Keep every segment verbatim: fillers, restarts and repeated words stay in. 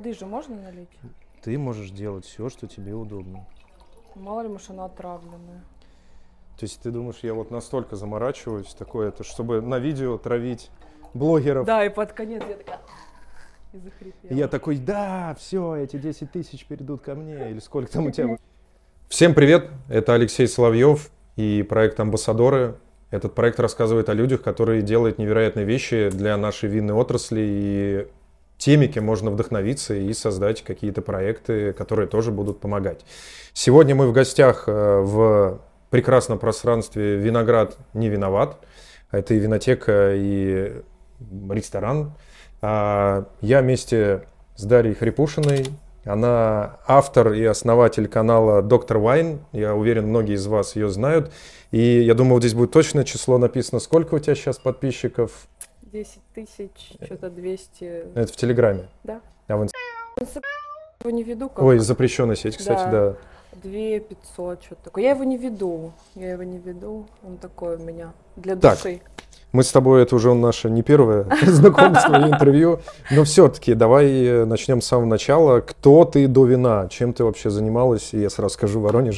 воды же можно налить? Ты можешь делать все, что тебе удобно. Мало ли, может, она отравленная. То есть ты думаешь, я вот настолько заморачиваюсь, такое, это, чтобы на видео травить блогеров. Да, и под конец я такая... И захрипела. И я такой, да, все, эти десять тысяч перейдут ко мне, или сколько там у тебя... Всем привет, это Алексей Соловьев и проект «Амбассадоры». Этот проект рассказывает о людях, которые делают невероятные вещи для нашей винной отрасли и теми, кем можно вдохновиться и создать какие-то проекты, которые тоже будут помогать. Сегодня мы в гостях в прекрасном пространстве «Виноград не виноват». Это и винотека, и ресторан. Я вместе с Дарьей Хрипушиной. Она автор и основатель канала «Доктор Вайн». Я уверен, многие из вас ее знают. И я думаю, вот здесь будет точное число написано. Сколько у тебя сейчас подписчиков? десять тысяч, что-то двести. Это в Телеграме? Да. А в инст... Его не веду. Как... Ой, запрещенная сеть, кстати, да. да. две тысячи пятьсот, что-то такое. Я его не веду. Я его не веду. Он такой у меня для души. Так. Мы с тобой, это уже наше не первое знакомство и интервью, но все-таки давай начнем с самого начала. Кто ты до вина? Чем ты вообще занималась? И я сразу скажу, в Воронеже.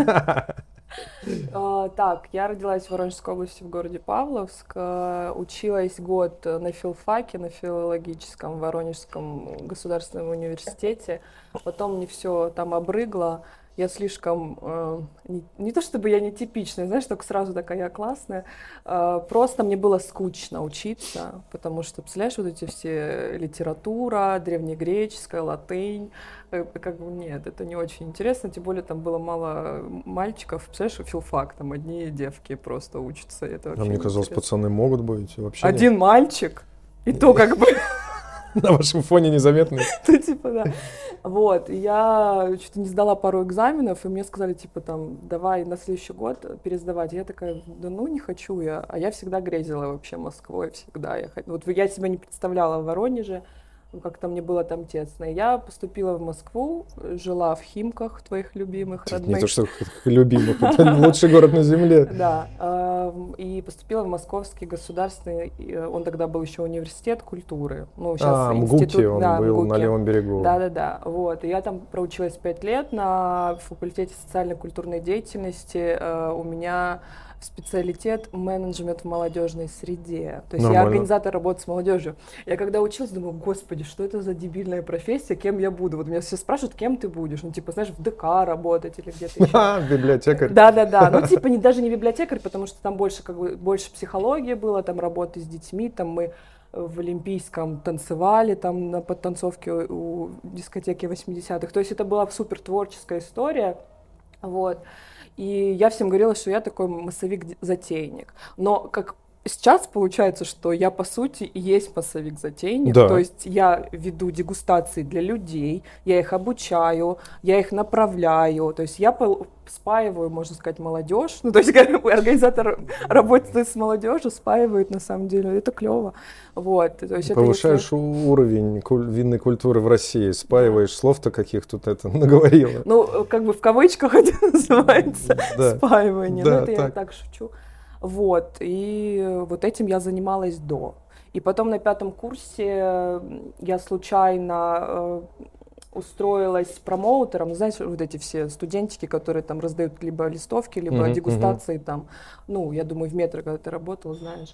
Так, я родилась в Воронежской области, в городе Павловск. Училась год на филфаке, на филологическом Воронежском государственном университете. Потом мне все там обрыгло. Я слишком, э, не, не то чтобы я нетипичная, знаешь, только сразу такая я классная, э, просто мне было скучно учиться, потому что, представляешь, вот эти все литература, древнегреческая, латынь, э, как бы нет, это не очень интересно, тем более там было мало мальчиков, представляешь, филфак, там одни девки просто учатся. Это а мне казалось, пацаны могут быть вообще. Один нет. Мальчик, и то как бы... На вашем фоне незаметно. Ну, типа, да. Вот, я что-то не сдала пару экзаменов, и мне сказали, типа, там, давай на следующий год пересдавать. И я такая, да ну, не хочу я. А я всегда грезила вообще Москвой, всегда. Я, вот я себя не представляла в Воронеже, как-то мне было там тесно. Я поступила в Москву, жила в Химках, твоих любимых, родных. Не то, что любимых, это лучший город на земле. Да, и поступила в Московский государственный, он тогда был еще университет культуры. Ну, сейчас а, институт, МГУКе он да, был МГУКе. На левом берегу. Да-да-да, вот. И я там проучилась пять лет на факультете социально-культурной деятельности. У меня специалитет менеджмент в молодежной среде. То есть Нормально. Я организатор работы с молодежью. Я когда училась, думаю, господи, что это за дебильная профессия, кем я буду? Вот меня все спрашивают, кем ты будешь? Ну, типа, знаешь, в ДК работать или где-то еще. А, библиотекарь. Да-да-да. Ну, типа, не, даже не библиотекарь, потому что там больше, как бы, больше психологии было, там работы с детьми, там мы в Олимпийском танцевали, там на подтанцовке у дискотеки восьмидесятых. То есть это была супер творческая история. Вот. И я всем говорила, что я такой массовик-затейник. Но как сейчас получается, что я, по сути, и есть массовик-затейник. Да. То есть я веду дегустации для людей, я их обучаю, я их направляю. То есть я спаиваю, можно сказать, молодежь. Ну, то есть организатор работает с молодежью, спаивает, на самом деле. Это клево. Вот. То есть повышаешь это если... уровень винной культуры в России, спаиваешь, да. Слов-то каких тут это наговорила. Ну, как бы в кавычках это называется, да. Спаивание. Да, ну, это так. Я так шучу. Вот, и вот этим я занималась до. И потом на пятом курсе я случайно э, устроилась промоутером. Знаешь, вот эти все студентики, которые там раздают либо листовки, либо uh-huh, дегустации uh-huh. там. Ну, я думаю, в метро, когда ты работал, знаешь.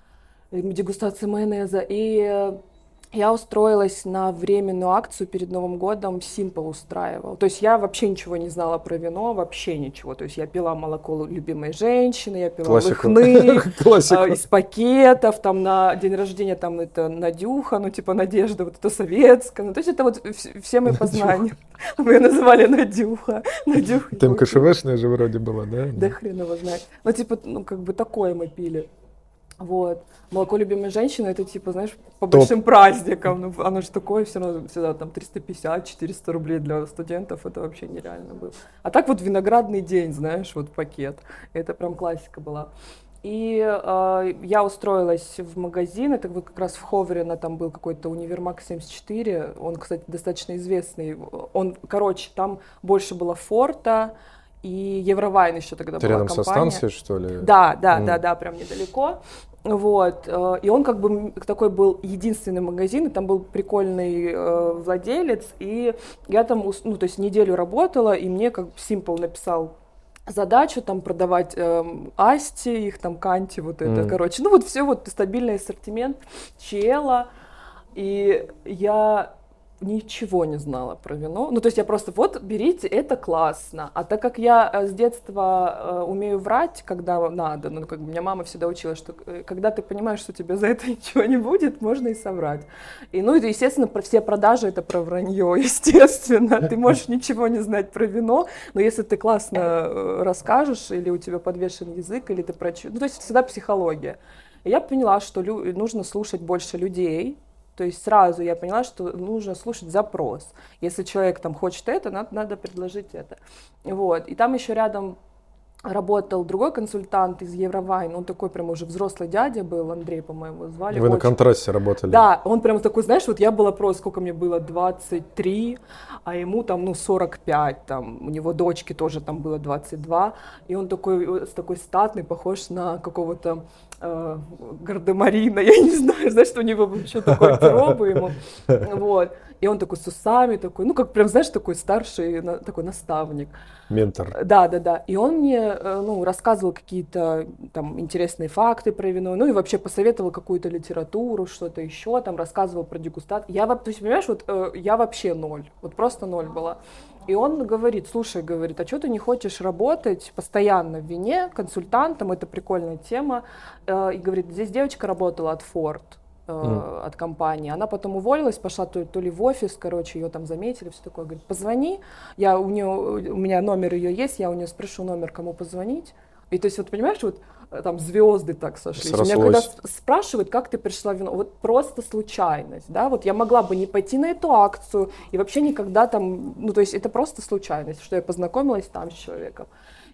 Дегустация майонеза. И я устроилась на временную акцию перед Новым годом, Симпл устраивал. То есть я вообще ничего не знала про вино, вообще ничего. То есть я пила молоко любимой женщины, я пила лыхны из пакетов, там на день рождения там это Надюха, ну типа Надежда, вот это советская. Ну то есть это вот все мои познания. Мы ее называли Надюха. Надюха. Там КШВшная же вроде была, да? Да хрен его знает. Ну типа, ну как бы такое мы пили. Вот. Молоко любимой женщины, это типа, знаешь, по Топ. Большим праздникам. Ну, оно же такое, все равно всегда там триста пятьдесят - четыреста рублей для студентов, это вообще нереально было. А так вот виноградный день, знаешь, вот пакет. Это прям классика была. И э, я устроилась в магазин, это вот как раз в Ховрино, там был какой-то универмаг семьдесят четыре, он, кстати, достаточно известный. Он, короче, там больше было Форта, и Евровайн еще тогда Ты была рядом компания. Со станцией, что ли? Да, да, mm. да, да, прям недалеко. Вот, и он как бы такой был единственный магазин, и там был прикольный э, владелец, и я там, ну, то есть неделю работала, и мне как бы Simple написал задачу там продавать э, Асти, их там Канти, вот это, mm. короче, ну вот все вот стабильный ассортимент, Чела, и я ничего не знала про вино. Ну, то есть я просто, вот, берите, это классно. А так как я с детства э, умею врать, когда надо, ну, как бы меня мама всегда учила, что э, когда ты понимаешь, что тебе за это ничего не будет, можно и соврать. И, ну, и, естественно, про все продажи — это про вранье, естественно. Ты можешь ничего не знать про вино, но если ты классно расскажешь, или у тебя подвешен язык, или ты прочу... Ну, то есть всегда психология. И я поняла, что лю... нужно слушать больше людей. То есть сразу я поняла, что нужно слушать запрос. Если человек там хочет это, надо, надо предложить это. Вот. И там еще рядом работал другой консультант из Евровайн, он такой прям уже взрослый дядя был, Андрей, по-моему, звали. Вы очень... на контрасте работали? Да, он прям такой, знаешь, вот я была просто, сколько мне было, двадцать три, а ему там, ну, сорок пять, там, у него дочки тоже там было двадцать два, и он такой, такой статный, похож на какого-то э, гардемарина, я не знаю, знаешь, что у него вообще такой гардероб ему, вот. И он такой с усами, такой, ну, как прям, знаешь, такой старший, на, такой наставник. Ментор. Да, да, да. И он мне, ну, рассказывал какие-то там интересные факты про вино, ну, и вообще посоветовал какую-то литературу, что-то еще, там, рассказывал про дегустацию. Я, то есть, понимаешь, вот я вообще ноль, вот просто ноль была. И он говорит, слушай, говорит, а что ты не хочешь работать постоянно в вине консультантом, это прикольная тема. И говорит, здесь девочка работала от Ford. Mm. от компании. Она потом уволилась, пошла то, то ли в офис, короче, ее там заметили, все такое. Говорит, позвони, я, у, нее, у меня номер ее есть, я у нее спрошу номер, кому позвонить. И то есть, вот понимаешь, вот там звезды так сошлись. Срослось. Меня когда спрашивают, как ты пришла в вино, вот просто случайность, да, вот я могла бы не пойти на эту акцию и вообще никогда там, ну, то есть это просто случайность, что я познакомилась там с человеком.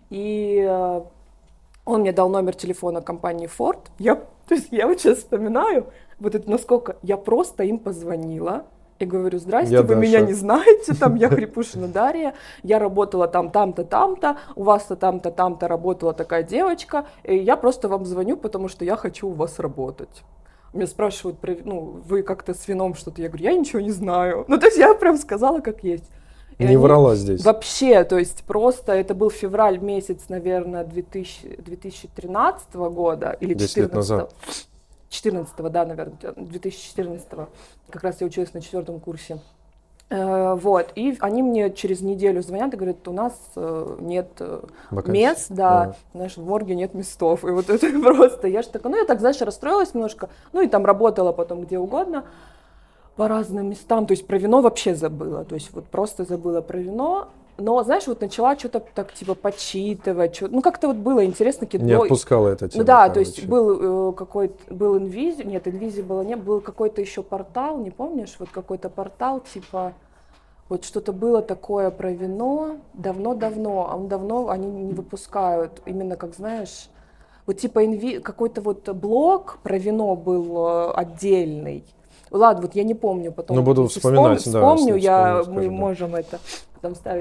И э, он мне дал номер телефона компании Ford. Я, то есть я вот сейчас вспоминаю, вот это насколько я просто им позвонила и говорю, здрасте, я вы Даша. Меня не знаете, там я Хрипушина Дарья, я работала там, там-то, там-то, у вас-то там-то, там-то работала такая девочка, и я просто вам звоню, потому что я хочу у вас работать. Меня спрашивают, ну, вы как-то с вином что-то, я говорю, я ничего не знаю. Ну, то есть я прям сказала, как есть. И не врала здесь. Вообще, то есть просто это был февраль месяц, наверное, две тысячи тринадцатого года или десять лет назад. четырнадцатого, да, наверное, две тысячи четырнадцатого, как раз я училась на четвертом курсе. Э, вот, и они мне через неделю звонят и говорят, у нас э, нет Вакансии. мест, да, да, знаешь, в морге нет местов, и вот это просто, я же такая, ну, я так, знаешь, расстроилась немножко, ну, и там работала потом где угодно, по разным местам, то есть про вино вообще забыла, то есть вот просто забыла про вино. Но, знаешь, вот начала что-то так, типа, подсчитывать, что... ну, как-то вот было интересно. Какие-то... Не отпускала это тема. Ну, да, короче. То есть был э, какой-то, был Инвизи, нет, Инвизи было, не был какой-то еще портал, не помнишь, вот какой-то портал, типа, вот что-то было такое про вино, давно-давно, а он давно, они не выпускают, именно, как, знаешь, вот типа инви... какой-то вот блог про вино был отдельный. Ладно, вот я не помню, потом. Ну, буду вспоминать, вспом... да. Вспомню, я, вспомню, мы скажу, можем да. это потом ставить.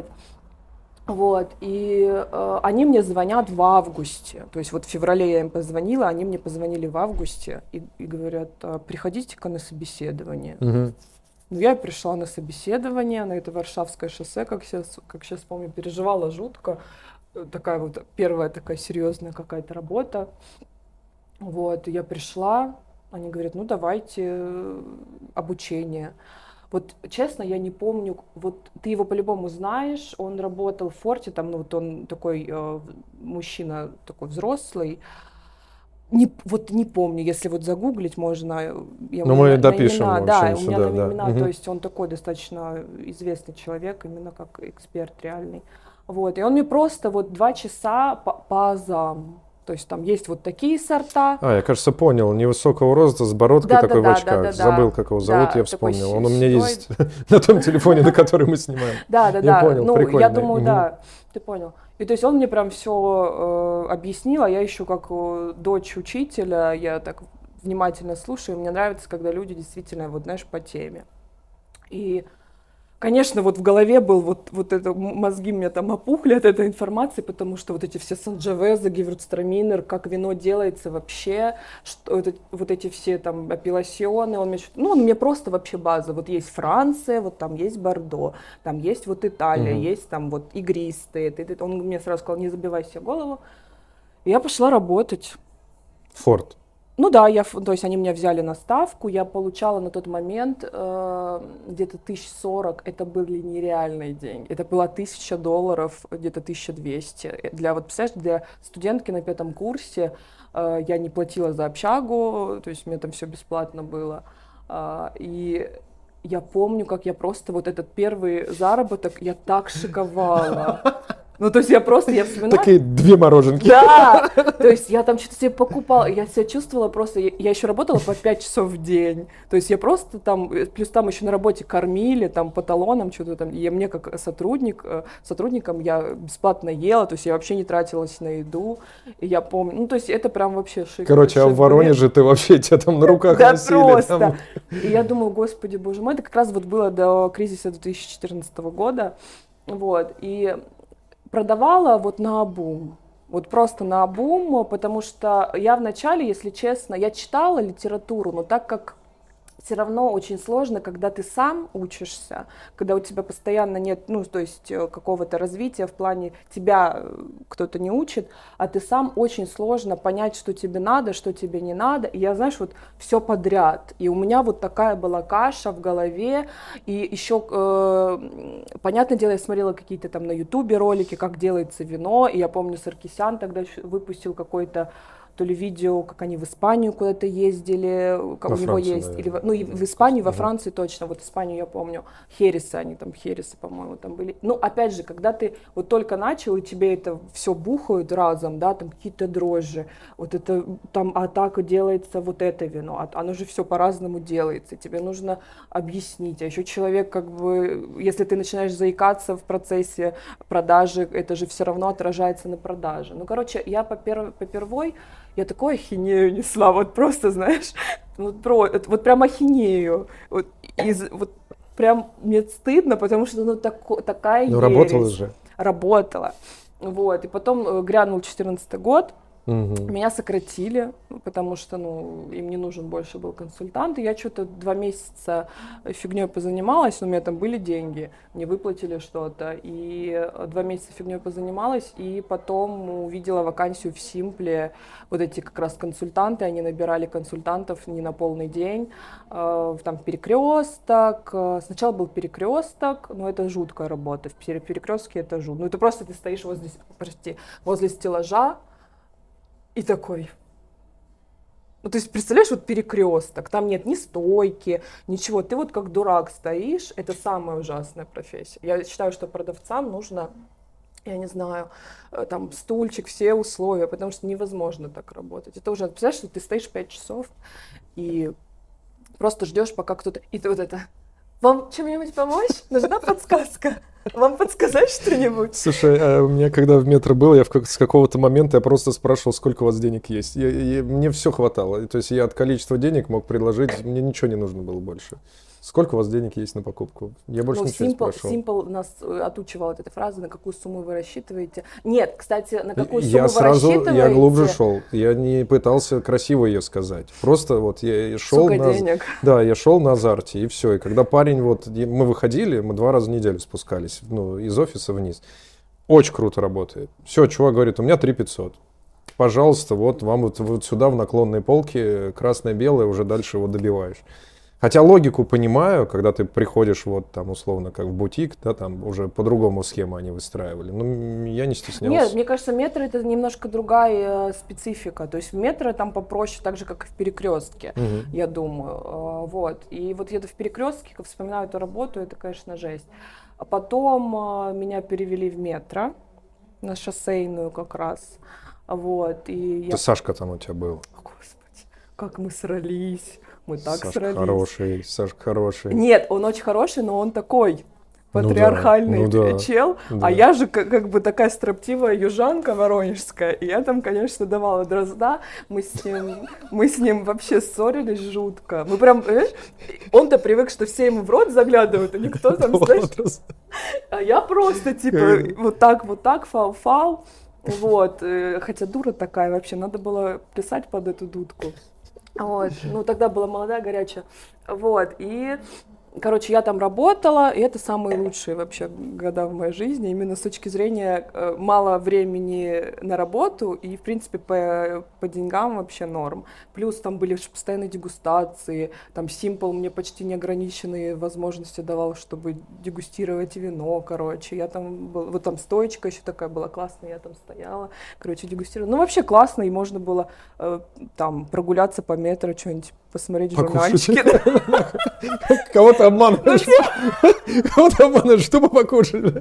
Вот, и э, они мне звонят в августе, то есть вот в феврале я им позвонила, они мне позвонили в августе и, и говорят, приходите-ка на собеседование. Угу. Ну, я пришла на собеседование, на это Варшавское шоссе, как сейчас, как сейчас помню, переживала жутко, такая вот первая такая серьезная какая-то работа. Вот, я пришла, они говорят, ну давайте обучение. Вот честно, я не помню, вот ты его по-любому знаешь, он работал в Форте, там, ну вот он такой э, мужчина, такой взрослый. Не, вот не помню, если вот загуглить можно. Я Но мы на, допишем. На имена, да, у меня сюда, там да. имена, угу. То есть он такой достаточно известный человек, именно как эксперт реальный. Вот, и он мне просто вот два часа по, по азам. То есть там есть вот такие сорта. А, я, кажется, понял. Невысокого роста, с бородкой да, такой да, в очках. Да, да, Забыл, да. как его зовут, да, я вспомнил. Он у меня седой. есть на том телефоне, на который мы снимаем. Да, да, я да. понял, ну, прикольно. Я думаю, да, ты понял. И то есть он мне прям все э, объяснил, а я еще как э, дочь учителя, я так внимательно слушаю, и мне нравится, когда люди действительно, вот знаешь, по теме. И Конечно, вот в голове был вот, вот это, мозги у меня там опухли от этой информации, потому что вот эти все Санджевеза, Гевюрцтраминер, как вино делается вообще, что это, вот эти все там апелласьоны, он мне, ну, он мне просто вообще база. Вот есть Франция, вот там есть Бордо, там есть вот Италия, mm-hmm. есть там вот игристые. Он мне сразу сказал, не забивай себе голову. И я пошла работать. Форд. Ну да, я, то есть они меня взяли на ставку, я получала на тот момент э, где-то тысяча сорок, это были нереальные деньги, это была тысяча долларов, где-то тысяча двести. Для, вот, представляешь, для студентки на пятом курсе э, я не платила за общагу, то есть мне там все бесплатно было, э, и я помню, как я просто вот этот первый заработок, я так шиковала. Ну, то есть я просто, я вспоминаю... Такие две мороженки. Да, то есть я там что-то себе покупала, я себя чувствовала просто, я, я еще работала по пять часов в день, то есть я просто там, плюс там еще на работе кормили, там по талонам что-то там, и мне как сотрудник, сотрудникам я бесплатно ела, то есть я вообще не тратилась на еду, и я помню, ну, то есть это прям вообще шик. Короче, а в Воронеже ты вообще, тебя там на руках да, носили. Да, просто. Там... И я думаю, господи, боже мой, это как раз вот было до кризиса две тысячи четырнадцатого года, вот, и... Продавала вот наобум, вот просто наобум, потому что я вначале, если честно, я читала литературу, но так как все равно очень сложно, когда ты сам учишься, когда у тебя постоянно нет, ну, то есть какого-то развития в плане тебя кто-то не учит, а ты сам, очень сложно понять, что тебе надо, что тебе не надо. И я, знаешь, вот все подряд. И у меня вот такая была каша в голове. И еще, э, понятное дело, я смотрела какие-то там на Ютубе ролики, как делается вино. И я помню, Саркисян тогда выпустил какой-то то ли видео, как они в Испанию куда-то ездили, как у него есть, или в, ну и в Испанию, во Франции точно, вот Испанию я помню, Хересы, они там, Хересы, по-моему, там были. Ну, опять же, когда ты вот только начал, и тебе это все бухают разом, да, там какие-то дрожжи, вот это, там, а так делается вот это вино, а, оно же все по-разному делается, тебе нужно объяснить, а еще человек, как бы, если ты начинаешь заикаться в процессе продажи, это же все равно отражается на продаже. Ну, короче, я попер, попервой я такую ахинею несла, вот просто, знаешь, вот, про, вот прям ахинею. Вот, из, вот прям мне стыдно, потому что ну, так, такая ну, ересь. Работала же. Работала. Вот, и потом грянул четырнадцатый год, угу. Меня сократили, потому что, ну, им не нужен больше был консультант, и я что-то два месяца фигней позанималась, но у меня там были деньги, мне выплатили что-то, и два месяца фигней позанималась, и потом увидела вакансию в Симпле, вот эти как раз консультанты, они набирали консультантов не на полный день, там Перекресток, сначала был Перекресток, но это жуткая работа, в Перекрестке это жутко, ну это просто ты стоишь возле, прости, возле стеллажа, и такой. Ну, то есть, представляешь, вот Перекресток, там нет ни стойки, ничего. Ты вот как дурак стоишь, это самая ужасная профессия. Я считаю, что продавцам нужно, я не знаю, там стульчик, все условия, потому что невозможно так работать. Это уже, представляешь, что ты стоишь пять часов и просто ждешь, пока кто-то... И ты вот это... Вам чем-нибудь помочь? Нужна подсказка? Вам подсказать что-нибудь? Слушай, а у меня когда в метро был, я в как, с какого-то момента я просто спрашивал, сколько у вас денег есть. Я, я, мне все хватало. То есть я от количества денег мог предложить, мне ничего не нужно было больше. Сколько у вас денег есть на покупку? Я больше ну, ничего Simple, не спрашивал. Simple нас отучивал от этой фразы, на какую сумму вы рассчитываете. Нет, кстати, на какую сумму я вы сразу, рассчитываете? Я глубже шел. Я не пытался красиво ее сказать. Просто вот я шел Сука на... денег. Да, я шел на азарте, и все. И когда парень, вот мы выходили, мы два раза в неделю спускались ну, из офиса вниз. Очень круто работает. Все, чувак говорит, у меня три пятьсот. Пожалуйста, вот вам вот, вот сюда в наклонные полки, красное-белое, уже дальше его добиваешь. Хотя логику понимаю, когда ты приходишь вот там условно как в бутик, да, там уже по-другому схему они выстраивали. Но я не стеснялся. Нет, мне кажется, метро это немножко другая э, специфика. То есть в метро там попроще, так же как и в Перекрестке, угу. я думаю. Э, вот. И вот где-то в Перекрестке, как вспоминаю эту работу, это, конечно, жесть. А потом э, меня перевели в метро, на шоссейную как раз. Вот. И это я... Сашка там у тебя был. Господи, как мы срались. Мы так Сашка срались. хороший, Сашка хороший. Нет, он очень хороший, но он такой. патриархальный ну да, ну чел, да. А я же как, как бы такая строптивая южанка воронежская, и я там, конечно, давала дрозда, мы с ним, мы с ним вообще ссорились жутко. Мы прям, э? Он-то привык, что все ему в рот заглядывают, а никто там, знаешь, а я просто типа вот так, вот так, фау-фау, вот, хотя дура такая вообще, надо было плясать под эту дудку. Вот, ну тогда была молодая, горячая, вот, и, короче, я там работала, и это самые лучшие вообще года в моей жизни, именно с точки зрения э, мало времени на работу, и, в принципе, по, по деньгам вообще норм. Плюс там были постоянные дегустации, там Simple мне почти неограниченные возможности давал, чтобы дегустировать вино, короче, я там, был, вот там стоечка еще такая была классная, я там стояла, короче, дегустировала. Ну, вообще классно, и можно было э, там прогуляться по метро, что-нибудь посмотреть журнальчики. Кого-то обманываешь. Кого-то обманываешь, чтобы покушали.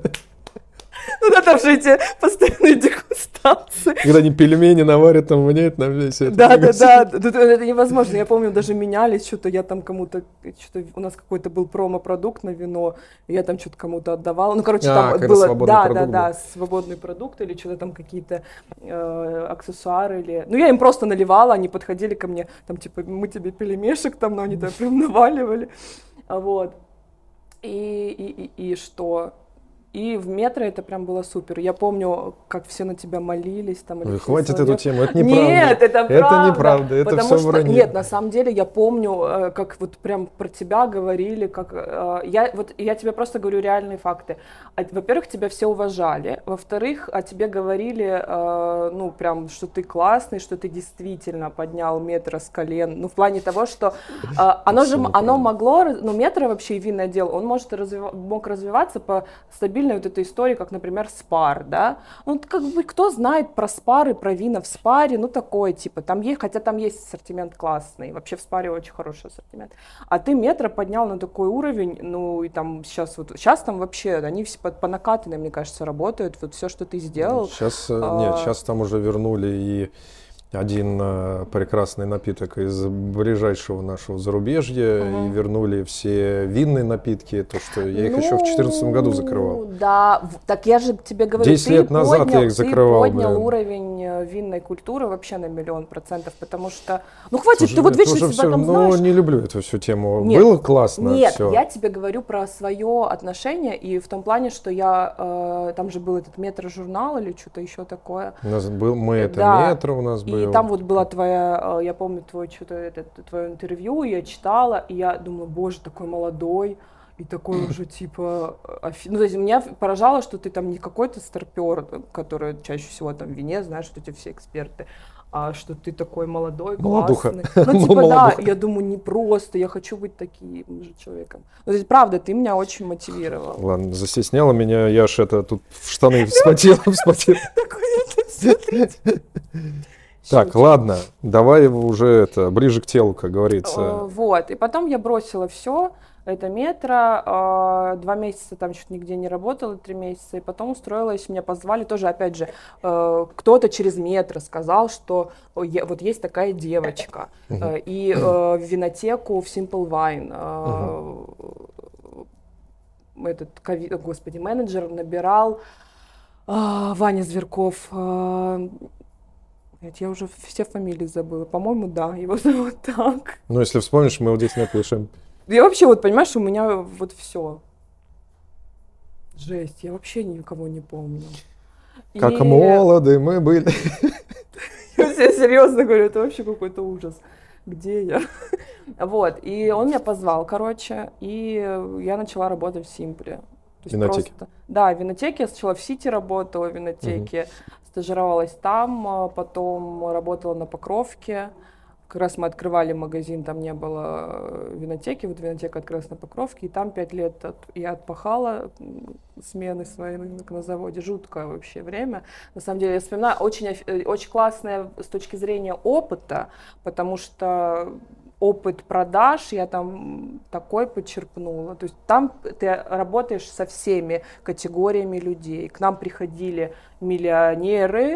Ну да, там же эти постоянные дегустации. Когда они пельмени наварят, там воняет на весь это. Да, да, да, это невозможно. Я помню, даже менялись, что-то я там кому-то, что-то у нас какой-то был промо-продукт на вино, и я там что-то кому-то отдавала. Ну, короче, там было, да, да, да, свободный продукт или что-то там какие-то аксессуары или... Ну, я им просто наливала, они подходили ко мне, там, типа, мы тебе пельмешек там, но они там прям наваливали. Вот. И, и, и, и что? И в метро это прям было супер. Я помню, как все на тебя молились. Там, Ой, хватит эту тему, это неправда. Нет, это правда. Это неправда, это потому все что, вранье. Нет, на самом деле я помню, как вот прям про тебя говорили, как... Я, вот, я тебе просто говорю реальные факты. Во-первых, тебя все уважали. Во-вторых, о тебе говорили, ну, прям, что ты классный, что ты действительно поднял метро с колен. Ну, в плане того, что оно же, оно могло... Ну, метро вообще и винное дело, он может развив, мог развиваться по стабильному вот этой истории, как, например, спар, да, ну, как бы, кто знает про спары, про вина в спаре, ну, такое, типа, там есть, хотя там есть ассортимент классный, вообще в спаре очень хороший ассортимент, а ты метро поднял на такой уровень, ну, и там сейчас вот, сейчас там вообще, они все по, по накатанной, мне кажется, работают, вот все, что ты сделал. Сейчас, а... нет, сейчас там уже вернули и один э, прекрасный напиток из ближайшего нашего зарубежья, угу. и вернули все винные напитки, то, что я их ну, еще в две тысячи четырнадцатом году закрывал. Да, так я же тебе говорю, десять лет назад поднял, я их закрывал. Ты поднял блин. уровень винной культуры вообще на миллион процентов, потому что, ну хватит, Слушай, ты вот вечно себя все, там знаешь. Ну, не люблю эту всю тему. Нет, было классно. Нет, все. Я тебе говорю про свое отношение, и в том плане, что я, э, там же был этот метро-журнал или что-то еще такое. У нас был, мы это да. метро у нас был. И там вот была твоя, я помню твое что-то, это, твое интервью, я читала, и я думала, боже, такой молодой, и такой уже типа, офи... ну то есть меня поражало, что ты там не какой-то старпер, который чаще всего там в вине, знаешь, что эти все эксперты, а что ты такой молодой, классный. Ну типа да, я думаю, не просто, я хочу быть таким же человеком. Ну, то есть, правда, ты меня очень мотивировал. Ладно, застесняла меня, я ж это тут в штаны вспотел, вспотел. Так, Шучу. Ладно, давай уже это ближе к телу, как говорится. Вот, и потом я бросила все, это метро, два месяца там чуть нигде не работала, три месяца, и потом устроилась, меня позвали, тоже, опять же, кто-то через метро сказал, что вот есть такая девочка, uh-huh. и в винотеку в Simple Wine uh-huh. этот, господи, менеджер набирал Ваня Зверков. Я уже все фамилии забыла. По-моему, да, его зовут так. Ну, если вспомнишь, мы вот здесь напишем. Я вообще, вот понимаешь, у меня вот все. Жесть, я вообще никого не помню. Как и... молоды мы были. Я себе серьезно говорю, это вообще какой-то ужас. Где я? Вот, и он меня позвал, короче, и я начала работать в Симпле. В винотеке? Просто... Да, в винотеке. Я сначала в Сити работала, в винотеке. Угу. Стажировалась там, потом работала на Покровке. Как раз мы открывали магазин, там не было винотеки, вот винотека открылась на Покровке, и там пять лет от, я отпахала смены свои на заводе. Жуткое вообще время. На самом деле, я вспоминаю, очень, очень классное с точки зрения опыта, потому что опыт продаж я там такой почерпнула. То есть там ты работаешь со всеми категориями людей. К нам приходили миллионеры,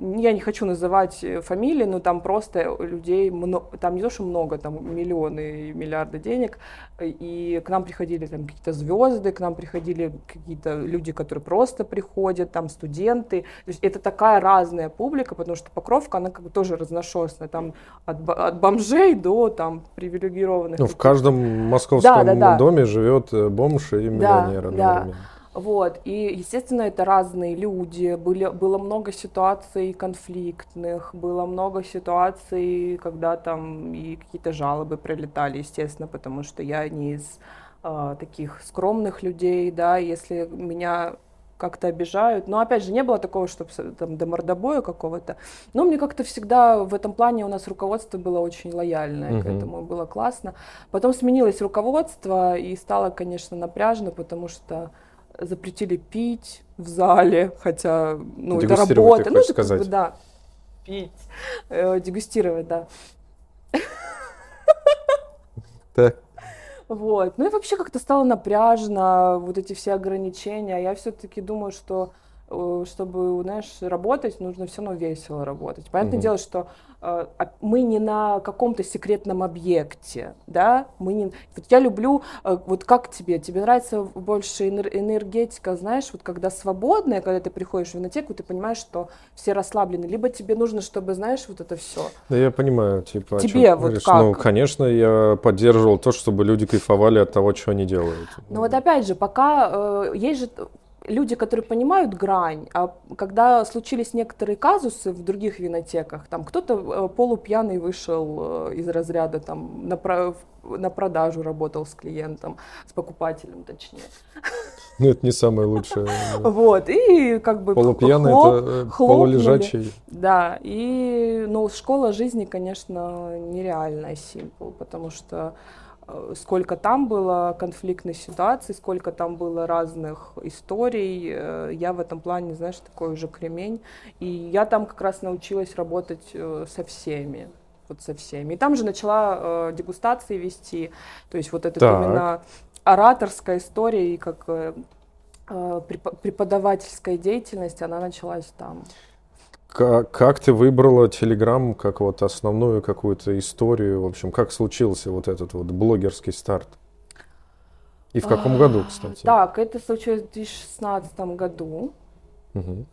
я не хочу называть фамилии, но там просто людей, много, там не то, что много, там миллионы и миллиарды денег, и к нам приходили там какие-то звезды, к нам приходили какие-то люди, которые просто приходят, там студенты, то есть это такая разная публика, потому что Покровка, она как бы тоже разношерстная, там от, от бомжей до там привилегированных. Ну, в каждом московском да, да, да. доме живет бомж и миллионер. Да, да. Вот, и, естественно, это разные люди, были, было много ситуаций конфликтных, было много ситуаций, когда там и какие-то жалобы прилетали, естественно, потому что я не из э, таких скромных людей, да, если меня как-то обижают, но, опять же, не было такого, чтобы там до мордобоя какого-то, но мне как-то всегда в этом плане у нас руководство было очень лояльное uh-huh. к этому, было классно. Потом сменилось руководство, и стало, конечно, напряжно, потому что запретили пить в зале, хотя, ну, это работа. Ну, это, как бы, да, пить, э, дегустировать, да. Так. Вот. Ну и вообще как-то стало напряжно, вот эти все ограничения. Я все-таки думаю, что чтобы, знаешь, работать, нужно все равно весело работать. Понятное угу. дело, что э, мы не на каком-то секретном объекте, да, мы не... Вот я люблю, э, вот как тебе, тебе нравится больше энергетика, знаешь, вот когда свободная, когда ты приходишь в винотеку, ты понимаешь, что все расслаблены, либо тебе нужно, чтобы, знаешь, вот это все. Да, я понимаю, типа, тебе вот говоришь. Как? Ну, конечно, я поддерживал то, чтобы люди кайфовали от того, что они делают. Ну, вот опять же, пока э, есть же... Люди, которые понимают грань, а когда случились некоторые казусы в других винотеках, там кто-то полупьяный вышел из разряда, там на, про, на продажу работал с клиентом, с покупателем точнее. Ну, это не самое лучшее. Вот, и как бы полупьяный это полулежачий. Да, и, ну, школа жизни, конечно, нереальная, Симпл, потому что сколько там было конфликтных ситуаций, сколько там было разных историй. Я в этом плане, знаешь, такой уже кремень. И я там как раз научилась работать со всеми. Вот со всеми. И там же начала э, дегустации вести. То есть вот эта именно ораторская история и как э, преподавательская деятельность, она началась там. Как, как ты выбрала Telegram как вот основную какую-то историю? В общем, как случился вот этот вот блогерский старт? И в каком году, кстати? Так, это случилось в две тысячи шестнадцатом году. Угу.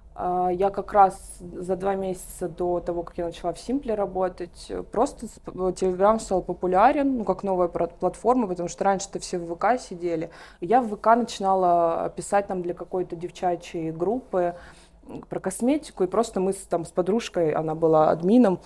Я как раз за два месяца до того, как я начала в Симпле работать, просто Telegram стал популярен, ну, как новая платформа, потому что раньше-то все в ВК сидели. Я в ВК начинала писать там для какой-то девчачьей группы про косметику, и просто мы с, там, с подружкой, она была админом,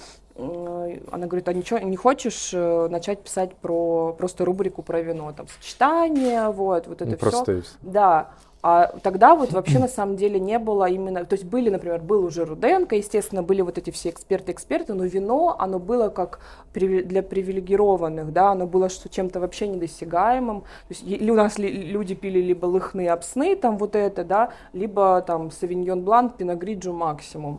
она говорит, а ничего, не хочешь начать писать про просто рубрику про вино, там, сочетание, вот, вот это ну, все. Просто Да. А тогда вот вообще на самом деле не было именно, то есть были, например, был уже Руденко, естественно, были вот эти все эксперты-эксперты, но вино, оно было как для привилегированных, да, оно было что чем-то вообще недосягаемым. То есть или у нас люди пили либо лыхные абсны, там вот это, да, либо там Савиньон Блан, Пино Гриджо максимум.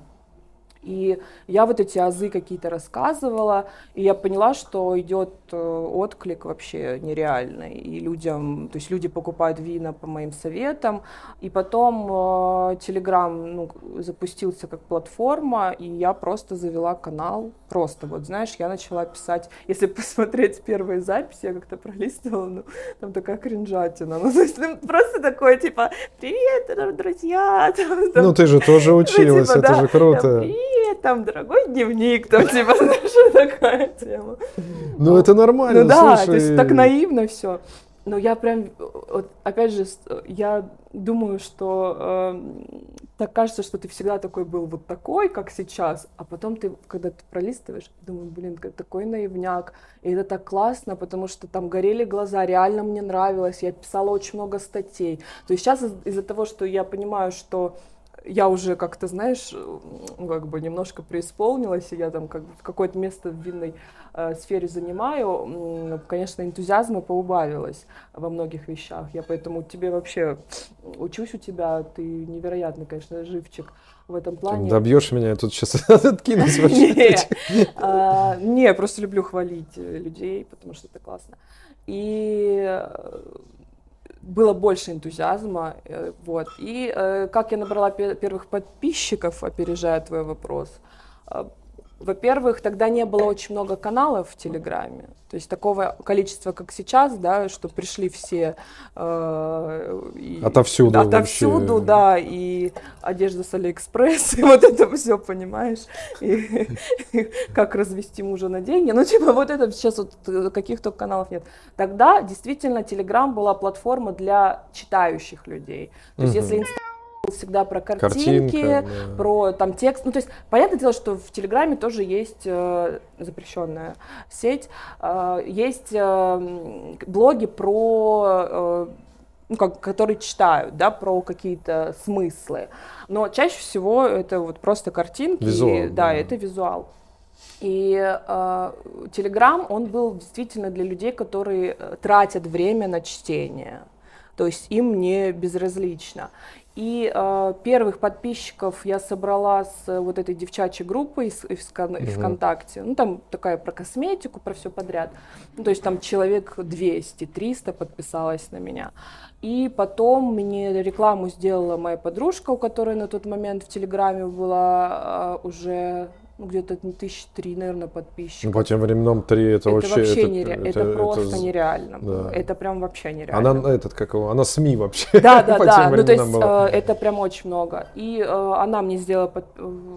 И я вот эти азы какие-то рассказывала, и я поняла, что идет отклик вообще нереальный. И людям, то есть люди покупают вина по моим советам. И потом Telegram ну, запустился как платформа, и я просто завела канал. Просто вот, знаешь, я начала писать. Если посмотреть первые записи, я как-то пролистывала, ну, там такая кринжатина. Ну, то есть ну, просто такое, типа, привет, друзья. Там, там, ну, ты же тоже училась, ну, типа, это да, же круто. Там, привет, там, дорогой дневник, там, типа, знаешь, такая тема. Ну, это нормально, ну, да, слушай. то есть так наивно все. Но я прям, вот, опять же, я думаю, что э, так кажется, что ты всегда такой был вот такой, как сейчас, а потом ты, когда ты пролистываешь, думаю, блин, такой наивняк, и это так классно, потому что там горели глаза, реально мне нравилось, я писала очень много статей. То есть сейчас из- из-за того, что я понимаю, что я уже как-то, знаешь, как бы немножко преисполнилась, и я там как бы какое-то место в винной э, сфере занимаю, конечно, энтузиазма поубавилось во многих вещах. Я поэтому тебе вообще учусь у тебя, ты невероятный, конечно, живчик в этом плане. Добьешь меня, я тут сейчас откинусь вообще. Не, я просто люблю хвалить людей, потому что это классно. И было больше энтузиазма, вот. И как я набрала первых подписчиков, опережая твой вопрос, во-первых, тогда не было очень много каналов в Телеграме, то есть такого количества, как сейчас, да, что пришли все э, и, отовсюду, отовсюду, вообще. Да, и одежда с Алиэкспресс, и вот это все, понимаешь, и, и как развести мужа на деньги, ну типа вот это сейчас вот каких-то каналов нет. Тогда действительно Телеграм была платформа для читающих людей, то есть угу. если Инстаграм всегда про картинки, Картинка, да. про там текст. Ну, то есть, понятное дело, что в Телеграме тоже есть э, запрещенная сеть, э, есть э, блоги про, э, ну, как, которые читают, да, про какие-то смыслы. Но чаще всего это вот просто картинки. Визуал, и, да, да, это визуал. И э, Телеграм, он был действительно для людей, которые тратят время на чтение. То есть им не безразлично. И э, первых подписчиков я собрала с вот этой девчачьей группы из, из uh-huh. ВКонтакте. Ну, там такая про косметику, про все подряд. Ну, то есть там человек двести-триста подписалось на меня. И потом мне рекламу сделала моя подружка, у которой на тот момент в Телеграме была э, уже... ну, где-то тысячи три, наверное, подписчиков. Ну, по тем временам три, это, это вообще... вообще это, нере... это, это просто это... нереально. Да. Это прям вообще нереально. Она, этот, как его, она СМИ вообще. Да, да, да. Ну, то есть была. Это прям очень много. И э, она мне сделала под...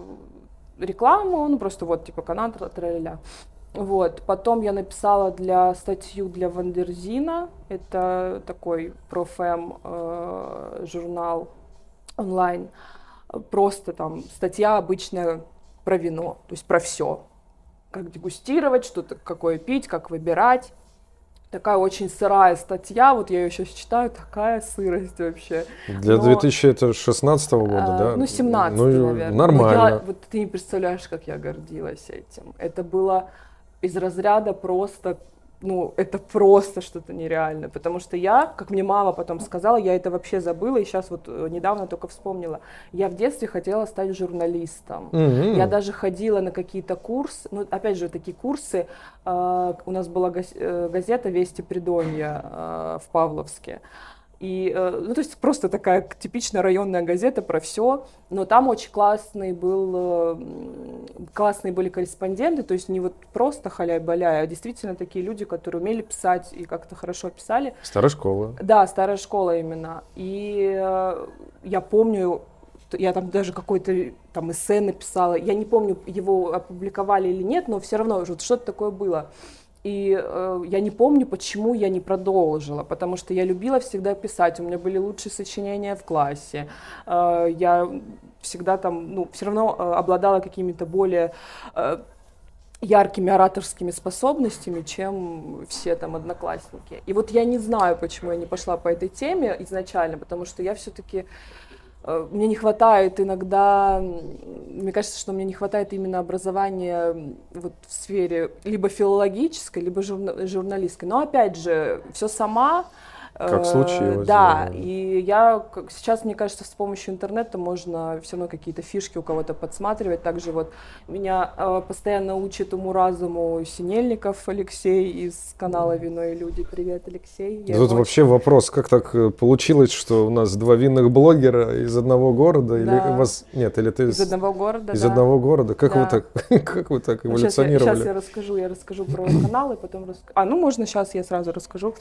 рекламу, ну, просто вот, типа, канал, тра-ля-ля. Вот. Потом я написала для статью для Вандерзина. Это такой профэм э, журнал онлайн. Просто там статья обычная про вино, то есть про все. Как дегустировать, что-то какое пить, как выбирать. Такая очень сырая статья, вот я ее сейчас читаю, такая сырость вообще. Для Но, две тысячи шестнадцатого года, а, да? Ну, семнадцатый, ну, наверное. Нормально. Я, вот ты не представляешь, как я гордилась этим. Это было из разряда просто... Ну, это просто что-то нереальное, потому что я, как мне мама потом сказала, я это вообще забыла, и сейчас вот недавно только вспомнила. Я в детстве хотела стать журналистом. Mm-hmm. Я даже ходила на какие-то курсы, ну, опять же, такие курсы. Э, у нас была газета «Вести Придонья» э, в Павловске. И, ну, то есть просто такая типичная районная газета про все, но там очень классный был, классные были корреспонденты, то есть не вот просто халяй-баляй, а действительно такие люди, которые умели писать и как-то хорошо писали. Старая школа. Да, старая школа именно. И я помню, я там даже какой-то там эссе написала, я не помню, его опубликовали или нет, но все равно вот что-то такое было. И э, я не помню, почему я не продолжила, потому что я любила всегда писать, у меня были лучшие сочинения в классе, э, я всегда там, ну, все равно э, обладала какими-то более э, яркими ораторскими способностями, чем все там одноклассники. И вот я не знаю, почему я не пошла по этой теме изначально, потому что я все-таки... Мне не хватает иногда, мне кажется, что мне не хватает именно образования вот в сфере либо филологической, либо журна- журналистской. Но опять же, все сама. Как случилось. Да, да, и я сейчас, мне кажется, с помощью интернета можно все равно какие-то фишки у кого-то подсматривать. Также вот меня э, постоянно учит уму-разуму Синельников Алексей из канала «Вино и люди». Привет, Алексей. Я Тут вообще очень... вопрос, как так получилось, что у нас два винных блогера из одного города? Да. Или у вас... Нет, или ты из... Из одного города, Из да. одного города? Как, да. вы, так, как вы так эволюционировали? Ну, сейчас, я, сейчас я расскажу, я расскажу про каналы, потом расскажу. А, ну можно сейчас я сразу расскажу.